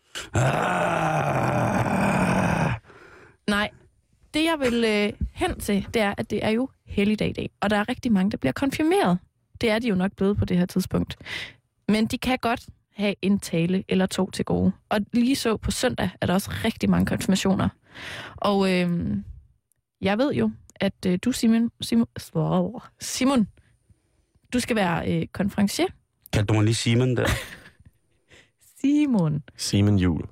Ah. Nej, det jeg vil øh, hen til, det er, at det er jo helligdag i dag. Og der er rigtig mange, der bliver konfirmeret. Det er de jo nok blevet på det her tidspunkt. Men de kan godt have en tale eller to til gode. Og lige så på søndag er der også rigtig mange konfirmationer. Og øh, jeg ved jo, at øh, du, Simon, Simon, Simon, du skal være øh, konferencier. Kaldte du mig lige Simon der? Simon. Simon Jul.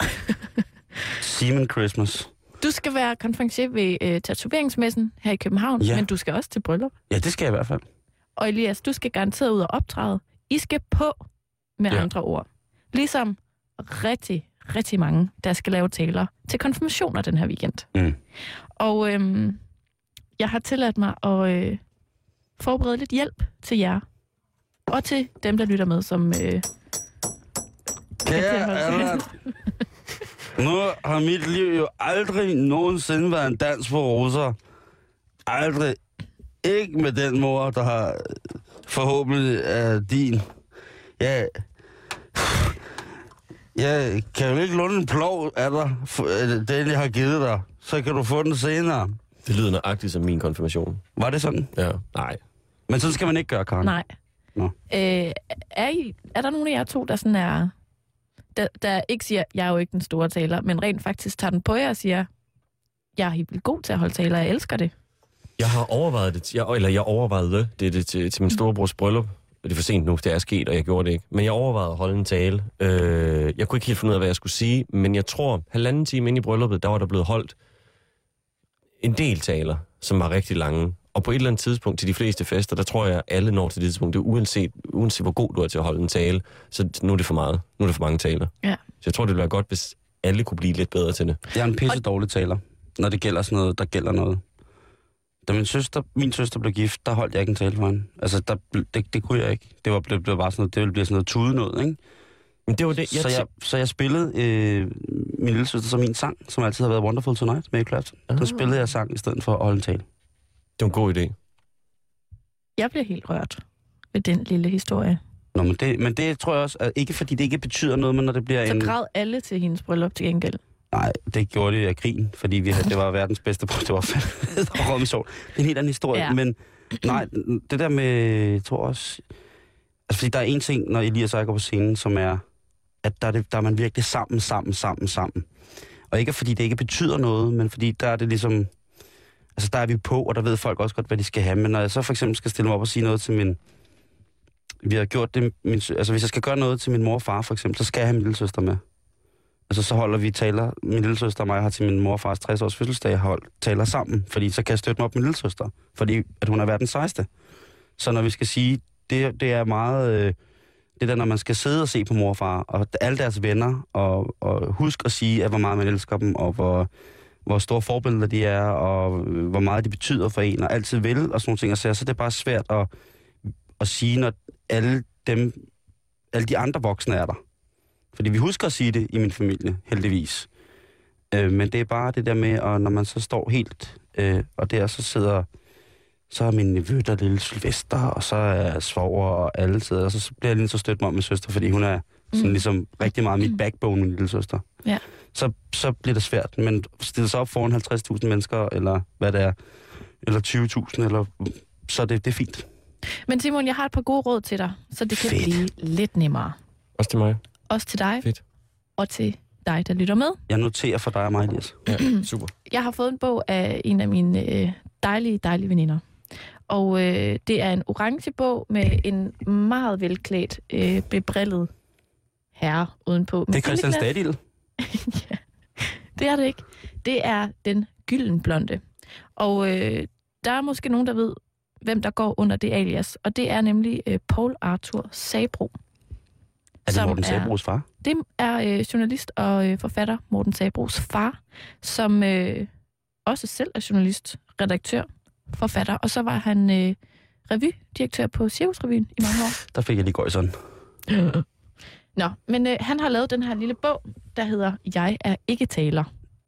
Simon Christmas. Du skal være konferencier ved øh, tatoveringsmessen her i København, Ja. men du skal også til bryllup. Ja, det skal jeg i hvert fald. Og Elias, du skal garanteret ud og optræde. I skal på, med Ja. ja. andre ord. Ligesom rigtig, rigtig mange, der skal lave taler til konfirmationer den her weekend. Mm. Og øhm, jeg har tilladt mig at øh, forberede lidt hjælp til jer. Og til dem, der lytter med, som... Øh, Kære Allan, nu har mit liv jo aldrig nogensinde været en dans på roser. Aldrig. Ikke med den mor, der har forhåbentlig er din. Jeg, jeg kan jo ikke låne en plov af dig, for, øh, den jeg har givet dig. Så kan du få den senere. Det lyder nøjagtigt som min konfirmation. Var det sådan? Ja. Nej. Men sådan skal man ikke gøre, Karen. nej. Nå. Øh, er, I, er der nogen af jer to, der sådan er... Der, der ikke siger, jeg er jo ikke den store taler, men rent faktisk tager den på jer og siger, jeg er helt vildt god til at holde taler, jeg elsker det. Jeg har overvejet det, jeg, eller jeg overvejede det, det til, til min storebrors bryllup. Det er for sent nu, det er sket, og jeg gjorde det ikke. Men jeg overvejede at holde en tale. Øh, jeg kunne ikke helt finde ud af, hvad jeg skulle sige, men jeg tror, halvanden time inde i brylluppet, der var der blevet holdt en del taler, som var rigtig lange. Og på et eller andet tidspunkt til de fleste fester, der tror jeg, at alle når til det tidspunkt, det er uanset, uanset hvor god du er til at holde en tale, så nu er det for meget. Nu er det for mange taler. Ja. Så jeg tror, det ville være godt, hvis alle kunne blive lidt bedre til det. Jeg er en pisse dårlig taler, når det gælder sådan noget, der gælder noget. Da min søster, min søster blev gift, der holdt jeg ikke en tale for hende. Altså, der, det, det kunne jeg ikke. Det var blevet, blev bare sådan noget, det ville blive sådan noget tude noget, ikke? Men det var det, jeg så, jeg, så jeg spillede øh, min lille søster som min sang, som altid har været Wonderful Tonight med Eric Clapton. Ah. Den spillede jeg sang i stedet for at holde en tale. Det var en god idé. Jeg bliver helt rørt ved den lille historie. Nå, men det, men det tror jeg også, at ikke fordi det ikke betyder noget, men når det bliver så en... Så græd alle til hendes bryllup til gengæld? Nej, det gjorde det af grin, fordi vi havde, det var verdens bedste bryllup. Det var fandme sol. Det er en helt anden historie, ja. Men nej, det der med, jeg tror også... Altså, fordi der er en ting, når Elias og jeg går på scenen, som er, at der er, det, der er man virkelig sammen, sammen, sammen, sammen. Og ikke fordi det ikke betyder noget, men fordi der er det ligesom... Altså, der er vi på, og der ved folk også godt, hvad de skal have. Men når jeg så for eksempel skal stille mig op og sige noget til min... Vi har gjort det... Min, altså, hvis jeg skal gøre noget til min mor og far, for eksempel, så skal jeg have min lille søster med. Altså, så holder vi taler... Min lille søster og mig har til min mor og fars tres års fødselsdag holdt taler sammen. Fordi så kan jeg støtte mig op min lille søster. Fordi at hun er verdens sejste. Så når vi skal sige... Det, det er meget... Øh, det der, når man skal sidde og se på mor og far, og alle deres venner, og, og husk at sige, at hvor meget man elsker dem, og hvor... hvor store forbilleder de er, og hvor meget de betyder for en, og altid vil, og sådan nogle ting. Og så, så det er bare svært at, at sige, når alle dem, alle de andre voksne er der. Fordi vi husker at sige det i min familie, heldigvis. Øh, men det er bare det der med, og når man så står helt, øh, og der så sidder, så er min nevø der lille Sylvester, og så er svoger, og alle sidder, og så bliver jeg lige så stødt mig om min søster, fordi hun er sådan mm. ligesom rigtig meget mit backbone, min lille søster. Ja. Så, så bliver det svært. Men stille sig op foran halvtreds tusind mennesker, eller hvad det er, eller tyve tusind, eller, så det, det er fint. Men Simon, jeg har et par gode råd til dig, så det kan Fedt. blive lidt nemmere. Også til mig. Også til dig. Fedt. Og til dig, der lytter med. Jeg noterer for dig og mig, Elias. Ja, super. Jeg har fået en bog af en af mine øh, dejlige, dejlige veninder. Og øh, det er en orange bog med en meget velklædt, øh, bebrillet herre udenpå. Det er Christian Stadil. Ja, det er det ikke. Det er Den Gyldenblonde. Og øh, der er måske nogen, der ved, hvem der går under det alias. Og det er nemlig øh, Poul Arthur Sabroe. Er det Morten Sabroes far? Det er øh, journalist og øh, forfatter Morten Sabroes far, som øh, også selv er journalist, redaktør, forfatter. Og så var han øh, revydirektør på Cirkusrevyen i mange år. Der fik jeg lige gøjseren. Nå, men øh, han har lavet den her lille bog, der hedder Jeg er ikke taler.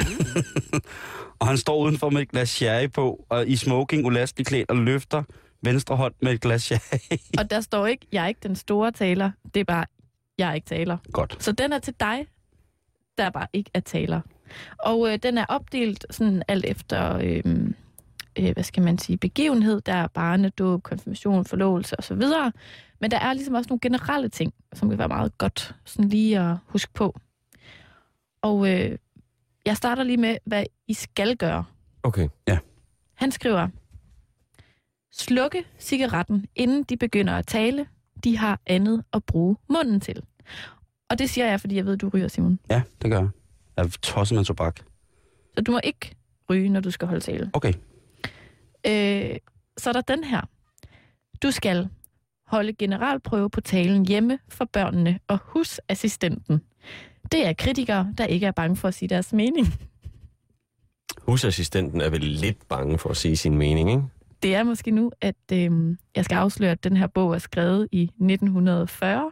Og han står udenfor med et glas sherry på, og i smoking, ulasteligt klædt, og løfter venstre hånd med et glas sherry. Og der står ikke, jeg er ikke den store taler, det er bare, jeg er ikke taler. Godt. Så den er til dig, der bare ikke er taler. Og øh, den er opdelt sådan alt efter, øh, øh, hvad skal man sige, begivenhed. Der er barnedåb, konfirmation, forlovelse osv. Men der er ligesom også nogle generelle ting, som kan være meget godt sådan lige at huske på. Og øh, jeg starter lige med, hvad I skal gøre. Okay. Ja. Han skriver, slukke cigaretten, inden de begynder at tale. De har andet at bruge munden til. Og det siger jeg, fordi jeg ved, du ryger, Simon. Ja, det gør jeg. Jeg er tosset med tobak. Så du må ikke ryge, når du skal holde tale. Okay. Øh, så er der den her. Du skal holde generalprøve på talen hjemme for børnene og husassistenten. Det er kritikere, der ikke er bange for at sige deres mening. Husassistenten er vel lidt bange for at sige sin mening, ikke? Det er måske nu, at øh, jeg skal afsløre, at den her bog er skrevet i nitten fyrre.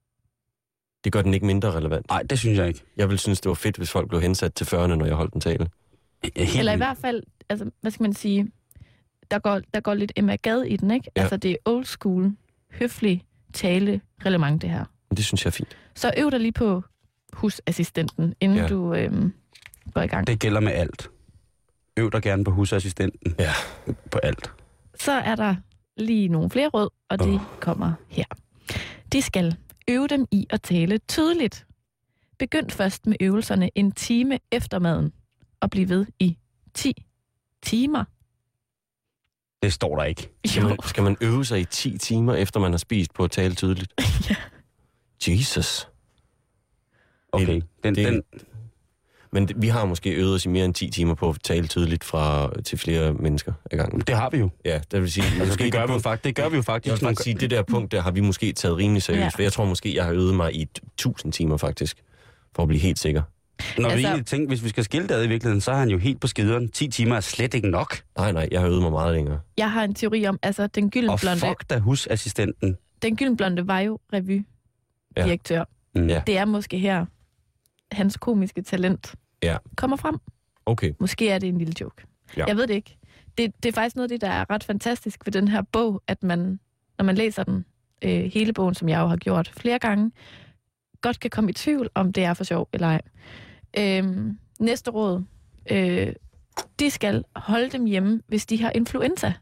Det gør den ikke mindre relevant. Nej, det synes jeg ikke. Jeg ville synes, det var fedt, hvis folk blev hensat til fyrrerne, når jeg holdt en tale. Helt Eller i hvert fald, altså, hvad skal man sige, der går, der går lidt Emma Gad i den, ikke? Ja. Altså, det er old school, høflig tale, relevant det her. Det synes jeg er fint. Så øv dig lige på husassistenten, inden ja. du øh, går i gang. Det gælder med alt. Øv dig gerne på husassistenten. Ja. På alt. Så er der lige nogle flere råd, og det Oh. kommer her. De skal øve dem i at tale tydeligt. Begynd først med øvelserne en time efter maden, og bliv ved i ti timer. Det står der ikke. Skal man, skal man øve sig i ti timer, efter man har spist på at tale tydeligt? Ja. Jesus. Okay, den, det- den, Men det- vi har måske øvet os i mere end ti timer på at tale tydeligt fra, til flere mennesker ad gangen. det har vi jo. Ja, det vil sige... Altså, måske det, gør vi jo punkt- faktisk, det gør vi jo Jeg faktisk. vil faktisk sige, det der punkt, der har vi måske taget rimelig seriøst. Ja. Ja. For jeg tror måske, jeg har øvet mig i tusind timer faktisk, for at blive helt sikker. Når altså, vi Altså- egentlig tænker, hvis vi skal skille det ad i virkeligheden, så er han jo helt på skideren. ti timer er slet ikke nok. Nej, nej, jeg har øvet mig meget længere. Jeg har en teori om, altså den Og gyldenblonde, fuck da husassistenten. den gyldenblonde var jo revydirektør. Ja. Mm. Ja. Det er måske her, hans komiske talent Ja. kommer frem. Okay. Måske er det en lille joke. Ja. Jeg ved det ikke. Det, det er faktisk noget af det, der er ret fantastisk ved den her bog, at man, når man læser den, øh, hele bogen, som jeg jo har gjort flere gange, godt kan komme i tvivl, om det er for sjov eller ej. Øhm, næste råd. Øh, de skal holde dem hjemme, hvis de har influenza.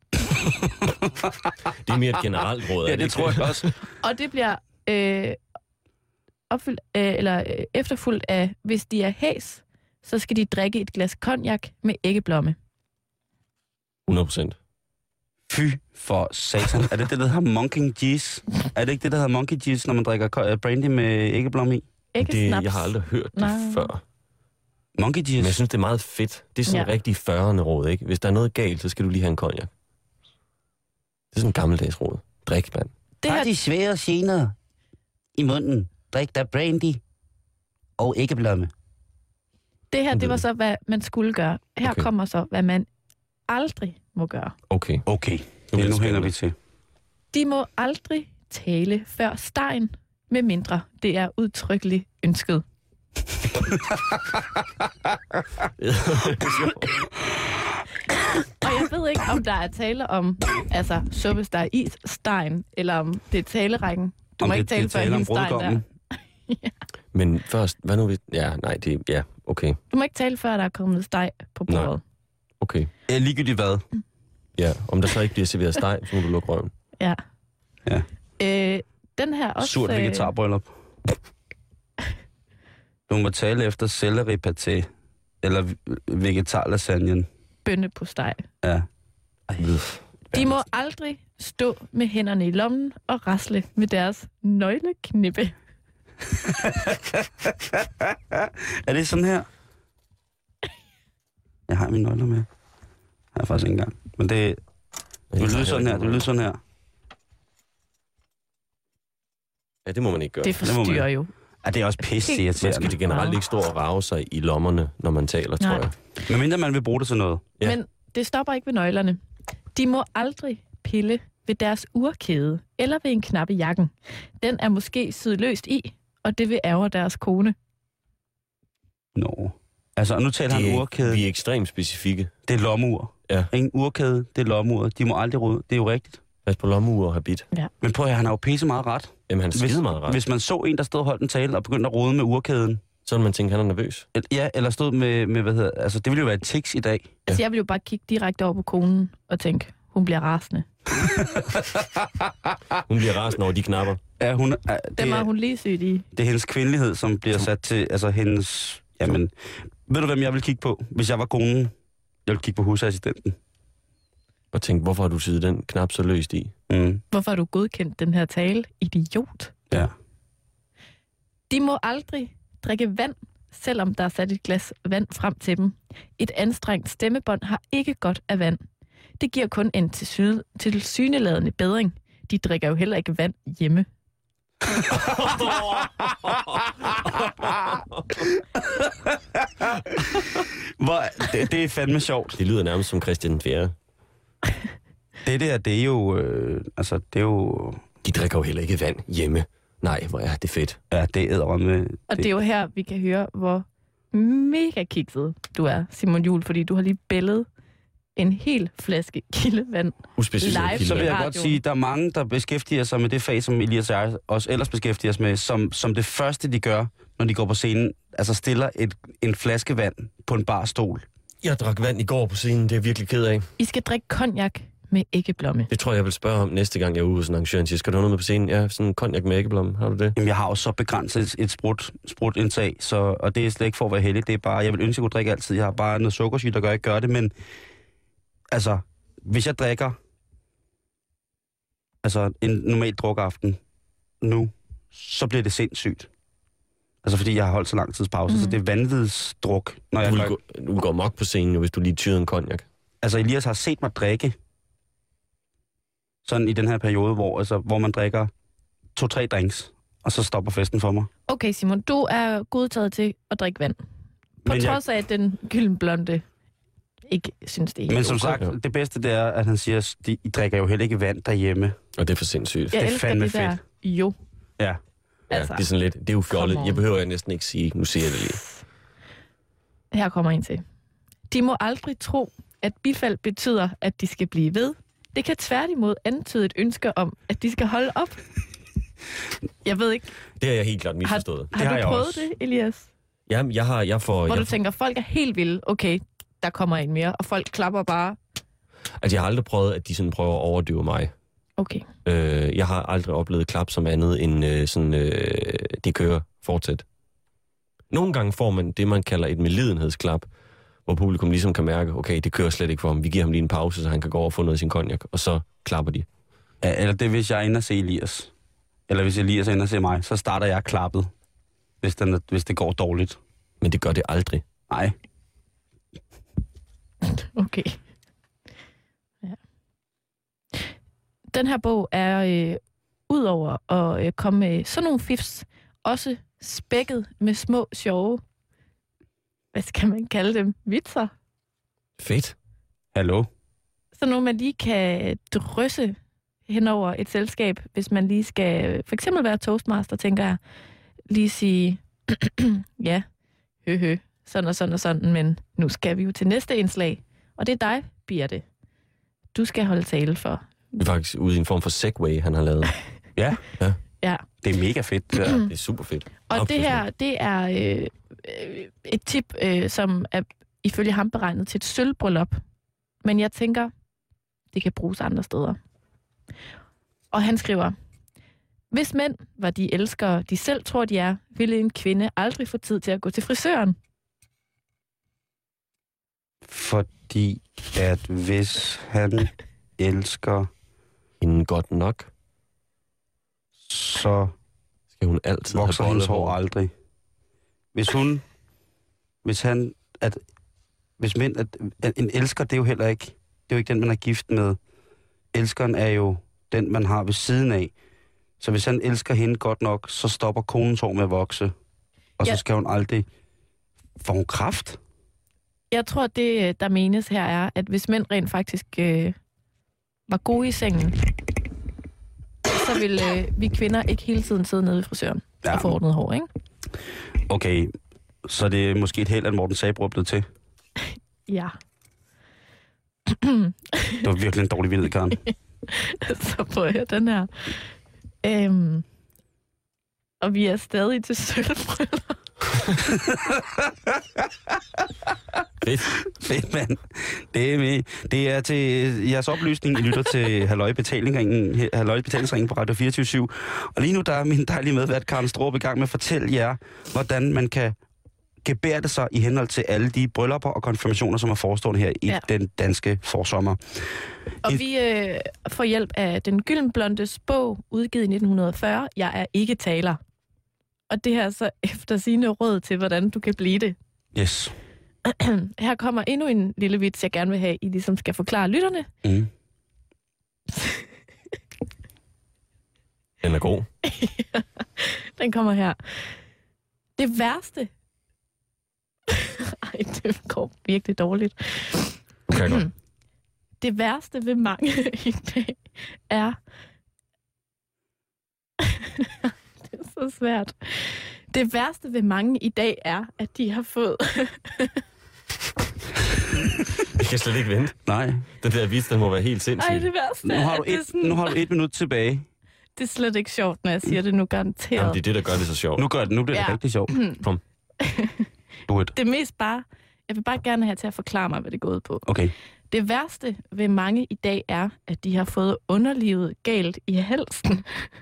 Det er mere et generelt råd. er Ja, det ikke tror jeg også. Og det bliver øh, opfyldt, øh, eller øh, efterfulgt af, hvis de er hæs, så skal de drikke et glas cognac med æggeblomme. hundrede procent. Fy for satan. Er det det, der hedder monkey juice? Er det ikke det, der hedder monkey juice, når man drikker ko- brandy med æggeblomme i? Ikke Det, snaps. jeg har aldrig hørt det Nej. før. Monkey Men jeg juice? synes, det er meget fedt. Det er sådan en Ja. rigtig fyrrende råd, ikke? Hvis der er noget galt, så skal du lige have en cognac. Det er sådan en gammeldags råd. Drik, mand. Det her, de svære gener i munden. Drik der brandy og æggeblomme. det her, det var så, hvad man skulle gøre. Her Okay. kommer så, hvad man aldrig må gøre. Okay. Okay, bliver det det nu hænger spændende. vi til. De må aldrig tale før stegen, med mindre det er udtrykkeligt ønsket. Og jeg ved ikke, om der er tale om altså suppesteg is stegen, eller om det er talerækken. Du Om må det- ikke tale det før taler om hele stegen der. brudgommen. Men først, hvad nu hvis... Ja, nej, det... Ja, okay. Du må ikke tale før, der er kommet steg på Nej. bordet. Okay. Ja, ligegyldigt hvad. Ja, om der så ikke bliver serveret steg, så må du lukke røven. Ja. Ja. Øh, den her også... Surt øh, vegetarbryllup. Du må tale efter selleri-paté. Eller vegetarlasagnen. bønne på steg. Ja. De må aldrig stå med hænderne i lommen og rasle med deres nøgleknippe. Er det sådan her? Jeg har mine nøgler med. Har jeg faktisk ikke engang. Men det, det vil lyde sådan her. Det vil lyde sådan her. Ja, det må man ikke gøre. Det må man. forstyrrer jo. Ja, det er også pisse Helt- Man skal irriterende. det generelt ikke stå og rave sig i lommerne, når man taler, tror Nej. jeg. Men mindre man vil bruge det til noget. Ja. Men det stopper ikke ved nøglerne. De må aldrig pille ved deres urkæde eller ved en knap i jakken. Den er måske syet løst i, og det vil ærge deres kone. Nå. Altså, og nu taler Det han er, urkæde. vi er ekstremt specifikke. Det er lommeur. Ja. Ingen urkæde, det er lommeur. De må aldrig rode. Det er jo rigtigt. Pas på lommeur og habit. Men prøv at høre, han har jo pisse meget ret. Jamen, han er skide meget ret. Hvis man så en, der stod og holdt en tale og begyndte at rode med urkæden, Så vil man tænke, han er nervøs. el- ja, eller stod med, med hvad hedder, altså det ville jo være et tics i dag. Altså, jeg vil jo bare kigge direkte over på konen og tænke, hun bliver rasende. Hun bliver rasende over de knapper. Ja, hun, er, det, Den var er, hun lige sygt i. det er hendes kvindelighed, som bliver sat til, altså hendes, jamen, ved du hvem jeg vil kigge på, hvis jeg var konen? Jeg vil kigge på husassistenten. Og tænke, hvorfor har du syet den knap så løst i? Mm, Hvorfor har du godkendt den her tale? Idiot. ja. De må aldrig drikke vand, selvom der er sat et glas vand frem til dem. Et anstrengt stemmebånd har ikke godt af vand. Det giver kun en tilsyn- tilsyneladende bedring. De drikker jo heller ikke vand hjemme. Hvor, det, det er fandme sjovt. Det lyder nærmest som Christian den fjerde. Det der, det er jo, øh, altså det er jo, De drikker jo heller ikke vand hjemme. Nej, hvor er det fedt. ja, det er edderrømme. Og det er jo her, vi kan høre, hvor mega kikset du er, Simon Juhl, fordi du har lige bællet en hel flaske kildevand. Uspecificeret Live. Så vil kildevand. jeg Radio. godt sige, at der er mange, der beskæftiger sig med det fag, som Elias og jeg også ellers beskæftiger os med, som, som det første, de gør, når de går på scenen, altså stiller et, en flaske vand på en barstol. Jeg drak vand i går på scenen, det er jeg virkelig ked af. I skal drikke cognac med æggeblomme. Det tror jeg, jeg vil spørge om næste gang, jeg er ude hos en arrangør. Han siger, skal du have noget med på scenen? Ja, sådan en cognac med æggeblomme. Har du det? Jamen, jeg har jo så begrænset et, et sprut, sprutindtag, så, og det er slet ikke for at være heldig. Det er bare, jeg vil ønske, at jeg kunne drikke altid. Jeg har bare noget sukkersyge, der gør, at jeg ikke gør det. Men altså, hvis jeg drikker altså en normal drukaften nu, så bliver det sindssygt. Altså, fordi jeg har holdt så lang tids pause, mm. så det er vanvidsdruk, når jeg Du, gør... gå, du går mok på scenen, jo, hvis du lige tyder en cognac. Altså, Elias har set mig drikke sådan i den her periode, hvor, altså, hvor man drikker to-tre drinks, og så stopper festen for mig. Okay, Simon, du er godtaget til at drikke vand. På Men trods af, at den gyldenblonde ikke synes, det er helt Men som okay. sagt, det bedste det er, at han siger, at de I drikker jo heller ikke vand derhjemme. Og det er for sindssygt. Jeg det er elsker fandme det der. fedt. Jo. Ja. Ja, Altså, det er sådan lidt, det er jo fjollet. come on. Jeg behøver jeg næsten ikke sige, nu siger jeg det lige. Her kommer en til. De må aldrig tro, at bifald betyder, at de skal blive ved. Det kan tværtimod antyde et ønske om, at de skal holde op. Jeg ved ikke, Det har jeg helt klart misforstået. har, har har du jeg prøvet også. det, Elias? Jamen, jeg har, jeg får... Hvor Jeg, du tænker, folk er helt vilde. Okay, der kommer en mere, og folk klapper bare. altså, jeg har aldrig prøvet, at de sådan prøver at overdøve mig. Okay. Øh, jeg har aldrig oplevet klap som andet end øh, sådan, øh, det kører fortsat. Nogle gange får man det, man kalder et medlidenhedsklap, hvor publikum ligesom kan mærke, okay, det kører slet ikke for ham. Vi giver ham lige en pause, så han kan gå over og få noget af sin cognac, og så klapper de. Ja, eller det hvis jeg er inde og se Elias. Eller hvis Elias er inde og se mig, så starter jeg klappet, hvis, den er, hvis det går dårligt. Men det gør det aldrig. Nej. Okay. Ja. Den her bog er øh, udover at øh, komme med sådan nogle fifs, også spækket med små, sjove, hvad skal man kalde dem, vitser. Fedt. Hallo? Sådan nogle, man lige kan drysse hen over et selskab, hvis man lige skal, for eksempel være toastmaster, tænker jeg, lige sige, ja, hø, hø, sådan og sådan og sådan, men nu skal vi jo til næste indslag, og det er dig, Birte. Du skal holde tale for. Det er faktisk ude i en form for segway, han har lavet. Ja, Ja, det er mega fedt. Det, Det er super fedt. og Absolut. det her, det er øh, øh, et tip, øh, som er ifølge ham beregnet til et sølvbryllup. Men jeg tænker, det kan bruges andre steder. Og han skriver, hvis mænd var de elskere, de selv tror, de er, ville en kvinde aldrig få tid til at gå til frisøren. fordi at hvis han elsker, Inden godt nok, så skal hun altid vokser have hendes hår bollehår. aldrig. Hvis hun, hvis han, at, hvis mænd, at, at en elsker, det er jo heller ikke, det er jo ikke den, man er gift med. Elskeren er jo den, man har ved siden af. Så hvis han elsker hende godt nok, så stopper konens hår med at vokse. Og Ja. så skal hun aldrig få hun kræft. Jeg tror, det der menes her er, at hvis mænd rent faktisk øh, var gode i sengen, så ville øh, vi kvinder ikke hele tiden sidde nede ved frisøren Ja. og få ordnet hår, ikke? Okay, så det er måske et held, at Morten Sabro er blevet til. Ja. Det var virkelig en dårlig vildhed, Karen. Så prøv at høre den her. Øhm, og vi er stadig til sølvbryllup. Fedt. Fedt, mand. Det er, med. Det er til jeres oplysning. I lytter til Halløj Betalingsringen, Halløj Betalingsringen på Radio fireogtyve syv. Og lige nu der er min dejlige medvært, Karen Straarup, i gang med at fortælle jer, hvordan man kan gebærde sig i henhold til alle de bryllupper og konfirmationer, som er forestående her i Ja. den danske forsommer. Og I- vi øh, får hjælp af Den Gyldenblondes bog, udgivet i nitten fyrre. Jeg er ikke taler. Og det her så efter sine råd til, hvordan du kan blive det. Yes. Her kommer endnu en lille vits, jeg gerne vil have, I ligesom skal forklare lytterne. Mm. Den er god. Den kommer her. Det værste... Ej, det går virkelig dårligt. Kan godt. Det værste ved mange i dag er... det er så svært. Det værste ved mange i dag er, at de har fået... Jeg kan slet ikke vente. Nej. Den der vis, den må være helt sindssyg. Ej, det værste Nu er, har, du at det er et, sådan... nu har du et minut tilbage. Det er slet ikke sjovt, når jeg siger det nu garanteret. Jamen, det er det, der gør det så sjovt. Nu, gør det, nu bliver det Ja. rigtig sjovt. Kom. Do it. Det er mest bare... Jeg vil bare gerne have til at forklare mig, hvad det går ud på. Okay. Det værste ved mange i dag er, at de har fået underlivet galt i halsen.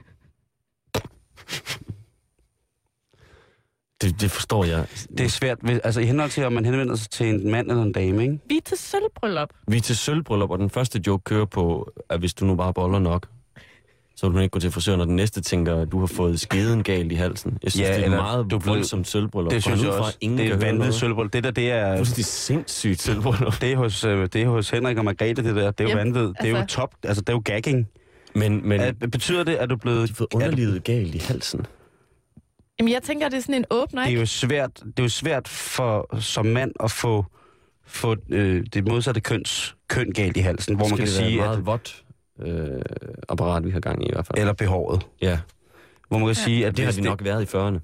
Det, det forstår jeg. Det er svært, altså i henhold til, om man henvender sig til en mand eller en dame, ikke? Vi er til sølvbryllup. Vi er til sølvbryllup, og den første joke kører på, at hvis du nu bare boller nok, så vil man ikke gå til frisøren, og den næste tænker, at du har fået skeden galt i halsen. Jeg synes, Ja, det er eller meget du blev- voldsomt sølvbryllup. Det synes jeg også. Ingen Det er kan høre vanvittigt noget. sølvbryllup. Det der, det er... Fuldstændig sindssygt sølvbryllup. Det er hos, øh, det er hos Henrik og Margrethe, det der. Det er jo Jamen, vanvittigt. Det er jo altså- top. Altså, det er jo gagging. Men, men Er, betyder det, at du er blevet... de har fået underlivet galt i halsen. Jamen, jeg tænker, det er sådan en åbner, Det er ikke? jo svært, det er jo svært for som mand at få, få øh, det modsatte køns køn galt i halsen, hvor man kan det være sige, et meget at, vådt øh, apparat, vi har gang i i hvert fald. eller behåret. Ja, Hvor man kan Ja. sige, at det har hvis de nok været i fyrrerne.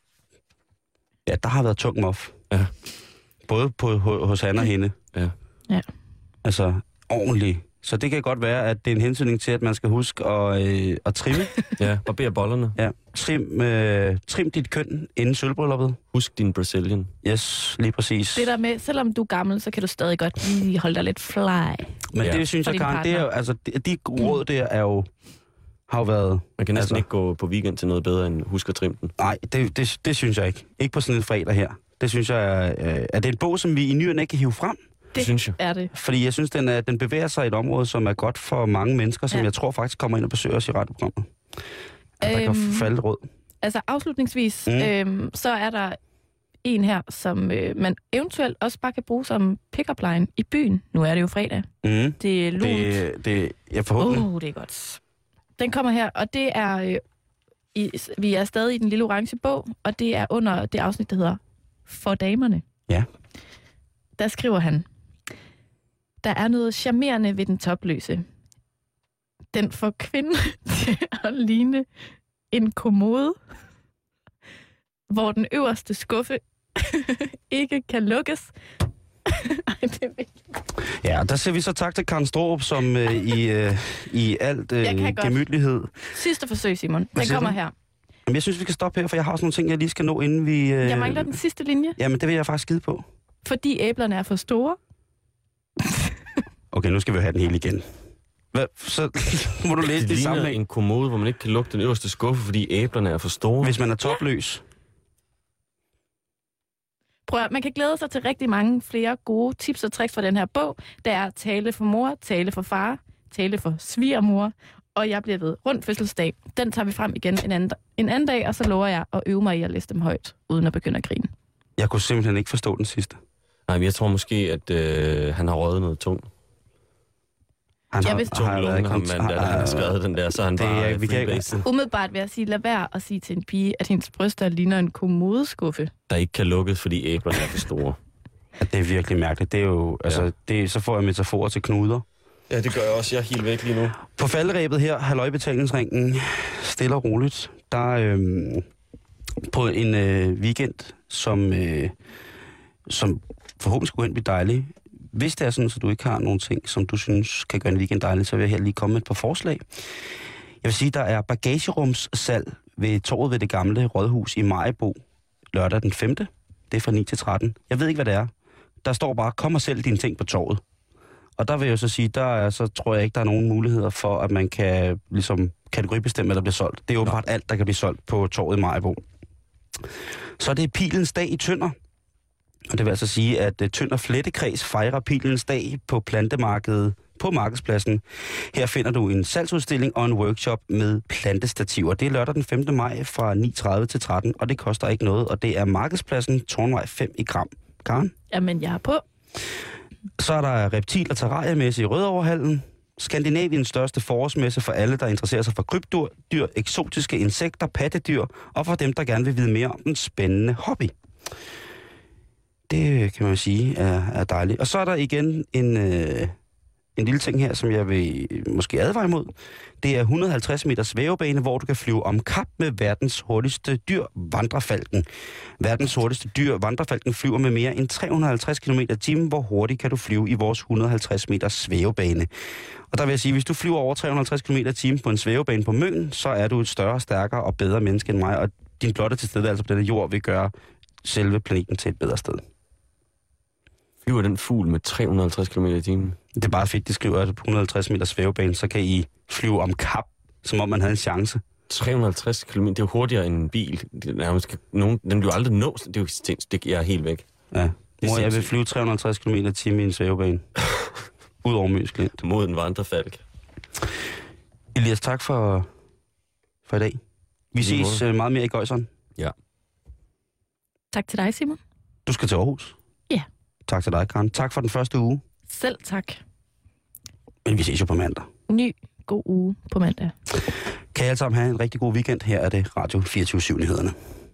Ja, der har været tung mof. Ja. Både på, ho- hos han og hende. Ja. Ja. Altså, ordentligt. Så det kan godt være, at det er en hensynning til, at man skal huske at, øh, at trimme. Ja, barber bollerne. Ja. Trim, øh, trim dit køn inden sølvbrylluppet. Husk din Brazilian. Yes, lige præcis. Det der med, selvom du er gammel, så kan du stadig godt lige holde dig lidt fly. Men Ja. det synes For jeg, din Karen, det er jo, altså, de, de råd der er jo, har jo været... Man kan næsten Altså- ikke gå på weekend til noget bedre end husk at trimme den. Nej, det, det, det synes jeg ikke. Ikke på sådan en fredag her. Det synes jeg er... Øh, er det en bog, som vi i ny og næ kan hive frem? Det synes jeg. Er det. Fordi jeg synes, den, er, den bevæger sig i et område, som er godt for mange mennesker, som Ja. jeg tror faktisk kommer ind og besøger os i radioprogrammet. At der Øhm, kan falde et råd. Altså afslutningsvis, Mm. mm. øhm, så er der en her, som øh, man eventuelt også bare kan bruge som pick-up line i byen. Nu er det jo fredag. Mm. Det er lunt. Det, det, jeg forhåbentlig. Åh, oh, det er godt. Den kommer her, og det er... Øh, i, vi er stadig i den lille orange bog, og det er under det afsnit, der hedder For damerne. Ja. Der skriver han, der er noget charmerende ved den topløse. Den får kvinden til at ligne en kommode, hvor den øverste skuffe ikke kan lukkes. Ej, det er vigtigt. Ja, der ser vi så tak til Karen Strohrup, som øh, i, øh, i alt øh, Jeg kan godt. gemytlighed. Sidste forsøg, Simon. Den siger kommer du? her. Jamen, jeg synes, vi skal stoppe her, for jeg har også nogle ting, jeg lige skal nå, inden vi... Øh, Jeg mangler den sidste linje, Jamen, det vil jeg faktisk skide på. fordi æblerne er for store. Okay, nu skal vi have den hele igen. Hvad? Så må du læse Det det i ligner sammenhæng. en kommode, hvor man ikke kan lukke den øverste skuffe, fordi æblerne er for store. Hvis man er topløs. Prøv at, man kan glæde sig til rigtig mange flere gode tips og tricks fra den her bog. Der er tale for mor, tale for far, tale for svigermor, og jeg bliver ved rundt fødselsdag. Den tager vi frem igen en anden, en anden dag, og så lover jeg at øve mig i at læse dem højt, uden at begynde at grine. Jeg kunne simpelthen ikke forstå den sidste. Nej, men jeg tror måske, at øh, han har røget noget tungt. Han Jeg vidste- Tung været i lunge, ham kont- mand, da han har skrevet den der, så er han Det er- bare vi kan ikke- freebased, Umiddelbart vil jeg sige, lad være at sige til en pige, at hendes bryster ligner en kommodeskuffe. der ikke kan lukkes, fordi æblerne er for store. Ja, det er virkelig mærkeligt. Det er jo, altså, Ja. det, så får jeg metaforer til knuder. Ja, det gør jeg også. Jeg er helt væk lige nu. På falderæbet her, halløjbetalingsringen, stille og roligt, der øhm, på en øh, weekend, som, øh, som forhåbentlig skulle hen blive dejlig. Hvis det er sådan, så du ikke har nogen ting, som du synes kan gøre en weekend dejlig, så vil jeg her lige komme med et par forslag. Jeg vil sige, der er bagagerumssalg ved torvet ved det gamle rådhus i Maribo lørdag den femte Det er fra ni til tretten Jeg ved ikke, hvad det er. Der står bare, kom og sælg dine ting på torvet. Og der vil jeg jo så sige, der er, så tror jeg ikke, der er nogen muligheder for, at man kan ligesom kategoribestemme, hvad der bliver solgt. Det er åbenbart alt, der kan blive solgt på torvet i Maribo. Så er det Pilens dag i Tønder. Og det vil altså sige, at uh, Tønder Flettekreds fejrer Pilens dag på plantemarkedet på markedspladsen. Her finder du en salgsudstilling og en workshop med plantestativer. Det er lørdag den femte maj fra ni tredive til tretten og det koster ikke noget. Og det er markedspladsen Tornvej fem i Gram. Karen? Jamen, jeg er på. Så er der reptil- og terrariemesse i Rødovrehallen. Skandinaviens største forårsmesse for alle, der interesserer sig for krybdyr, dyr, eksotiske insekter, pattedyr, og for dem, der gerne vil vide mere om den spændende hobby. Det kan man sige er, er dejligt. Og så er der igen en, øh, en lille ting her, som jeg vil måske advare imod. Det er et hundrede og halvtreds meter svævebane, hvor du kan flyve om kap med verdens hurtigste dyr, vandrefalken. Verdens hurtigste dyr, vandrefalken, flyver med mere end tre hundrede og halvtreds kilometer i timen. Hvor hurtigt kan du flyve i vores et hundrede og halvtreds meter svævebane? Og der vil jeg sige, hvis du flyver over tre hundrede og halvtreds kilometer i timen på en svævebane på Møn, så er du et større, stærkere og bedre menneske end mig, og din blotte tilstedeværelse på denne jord vil gøre selve planeten til et bedre sted. flyver den fugl med tre hundrede og halvtreds kilometer i timen? Det er bare fedt, de skriver, at på et hundrede og halvtreds meter svævebane, så kan I flyve om kap, som om man havde en chance. tre hundrede og halvtreds kilometer, det er jo hurtigere end en bil. Det er nærmest, nogen, den bliver aldrig nå, det er jo sindssygt, det er helt væk. Ja, mor, jeg vil flyve tre hundrede og halvtreds kilometer i timen i en svævebane. Udover Møns Klint. Mod en vandrefalk. Elias, tak for, for i dag. Vi ses uh, meget mere i Gøjseren. Ja. Tak til dig, Simon. Du skal til Aarhus. Ja. Tak til dig, Karen. Tak for den første uge. Selv tak. Men vi ses jo på mandag. Ny god uge på mandag. Kan I alle sammen have en rigtig god weekend. Her er det Radio fireogtyve syv-nyhederne.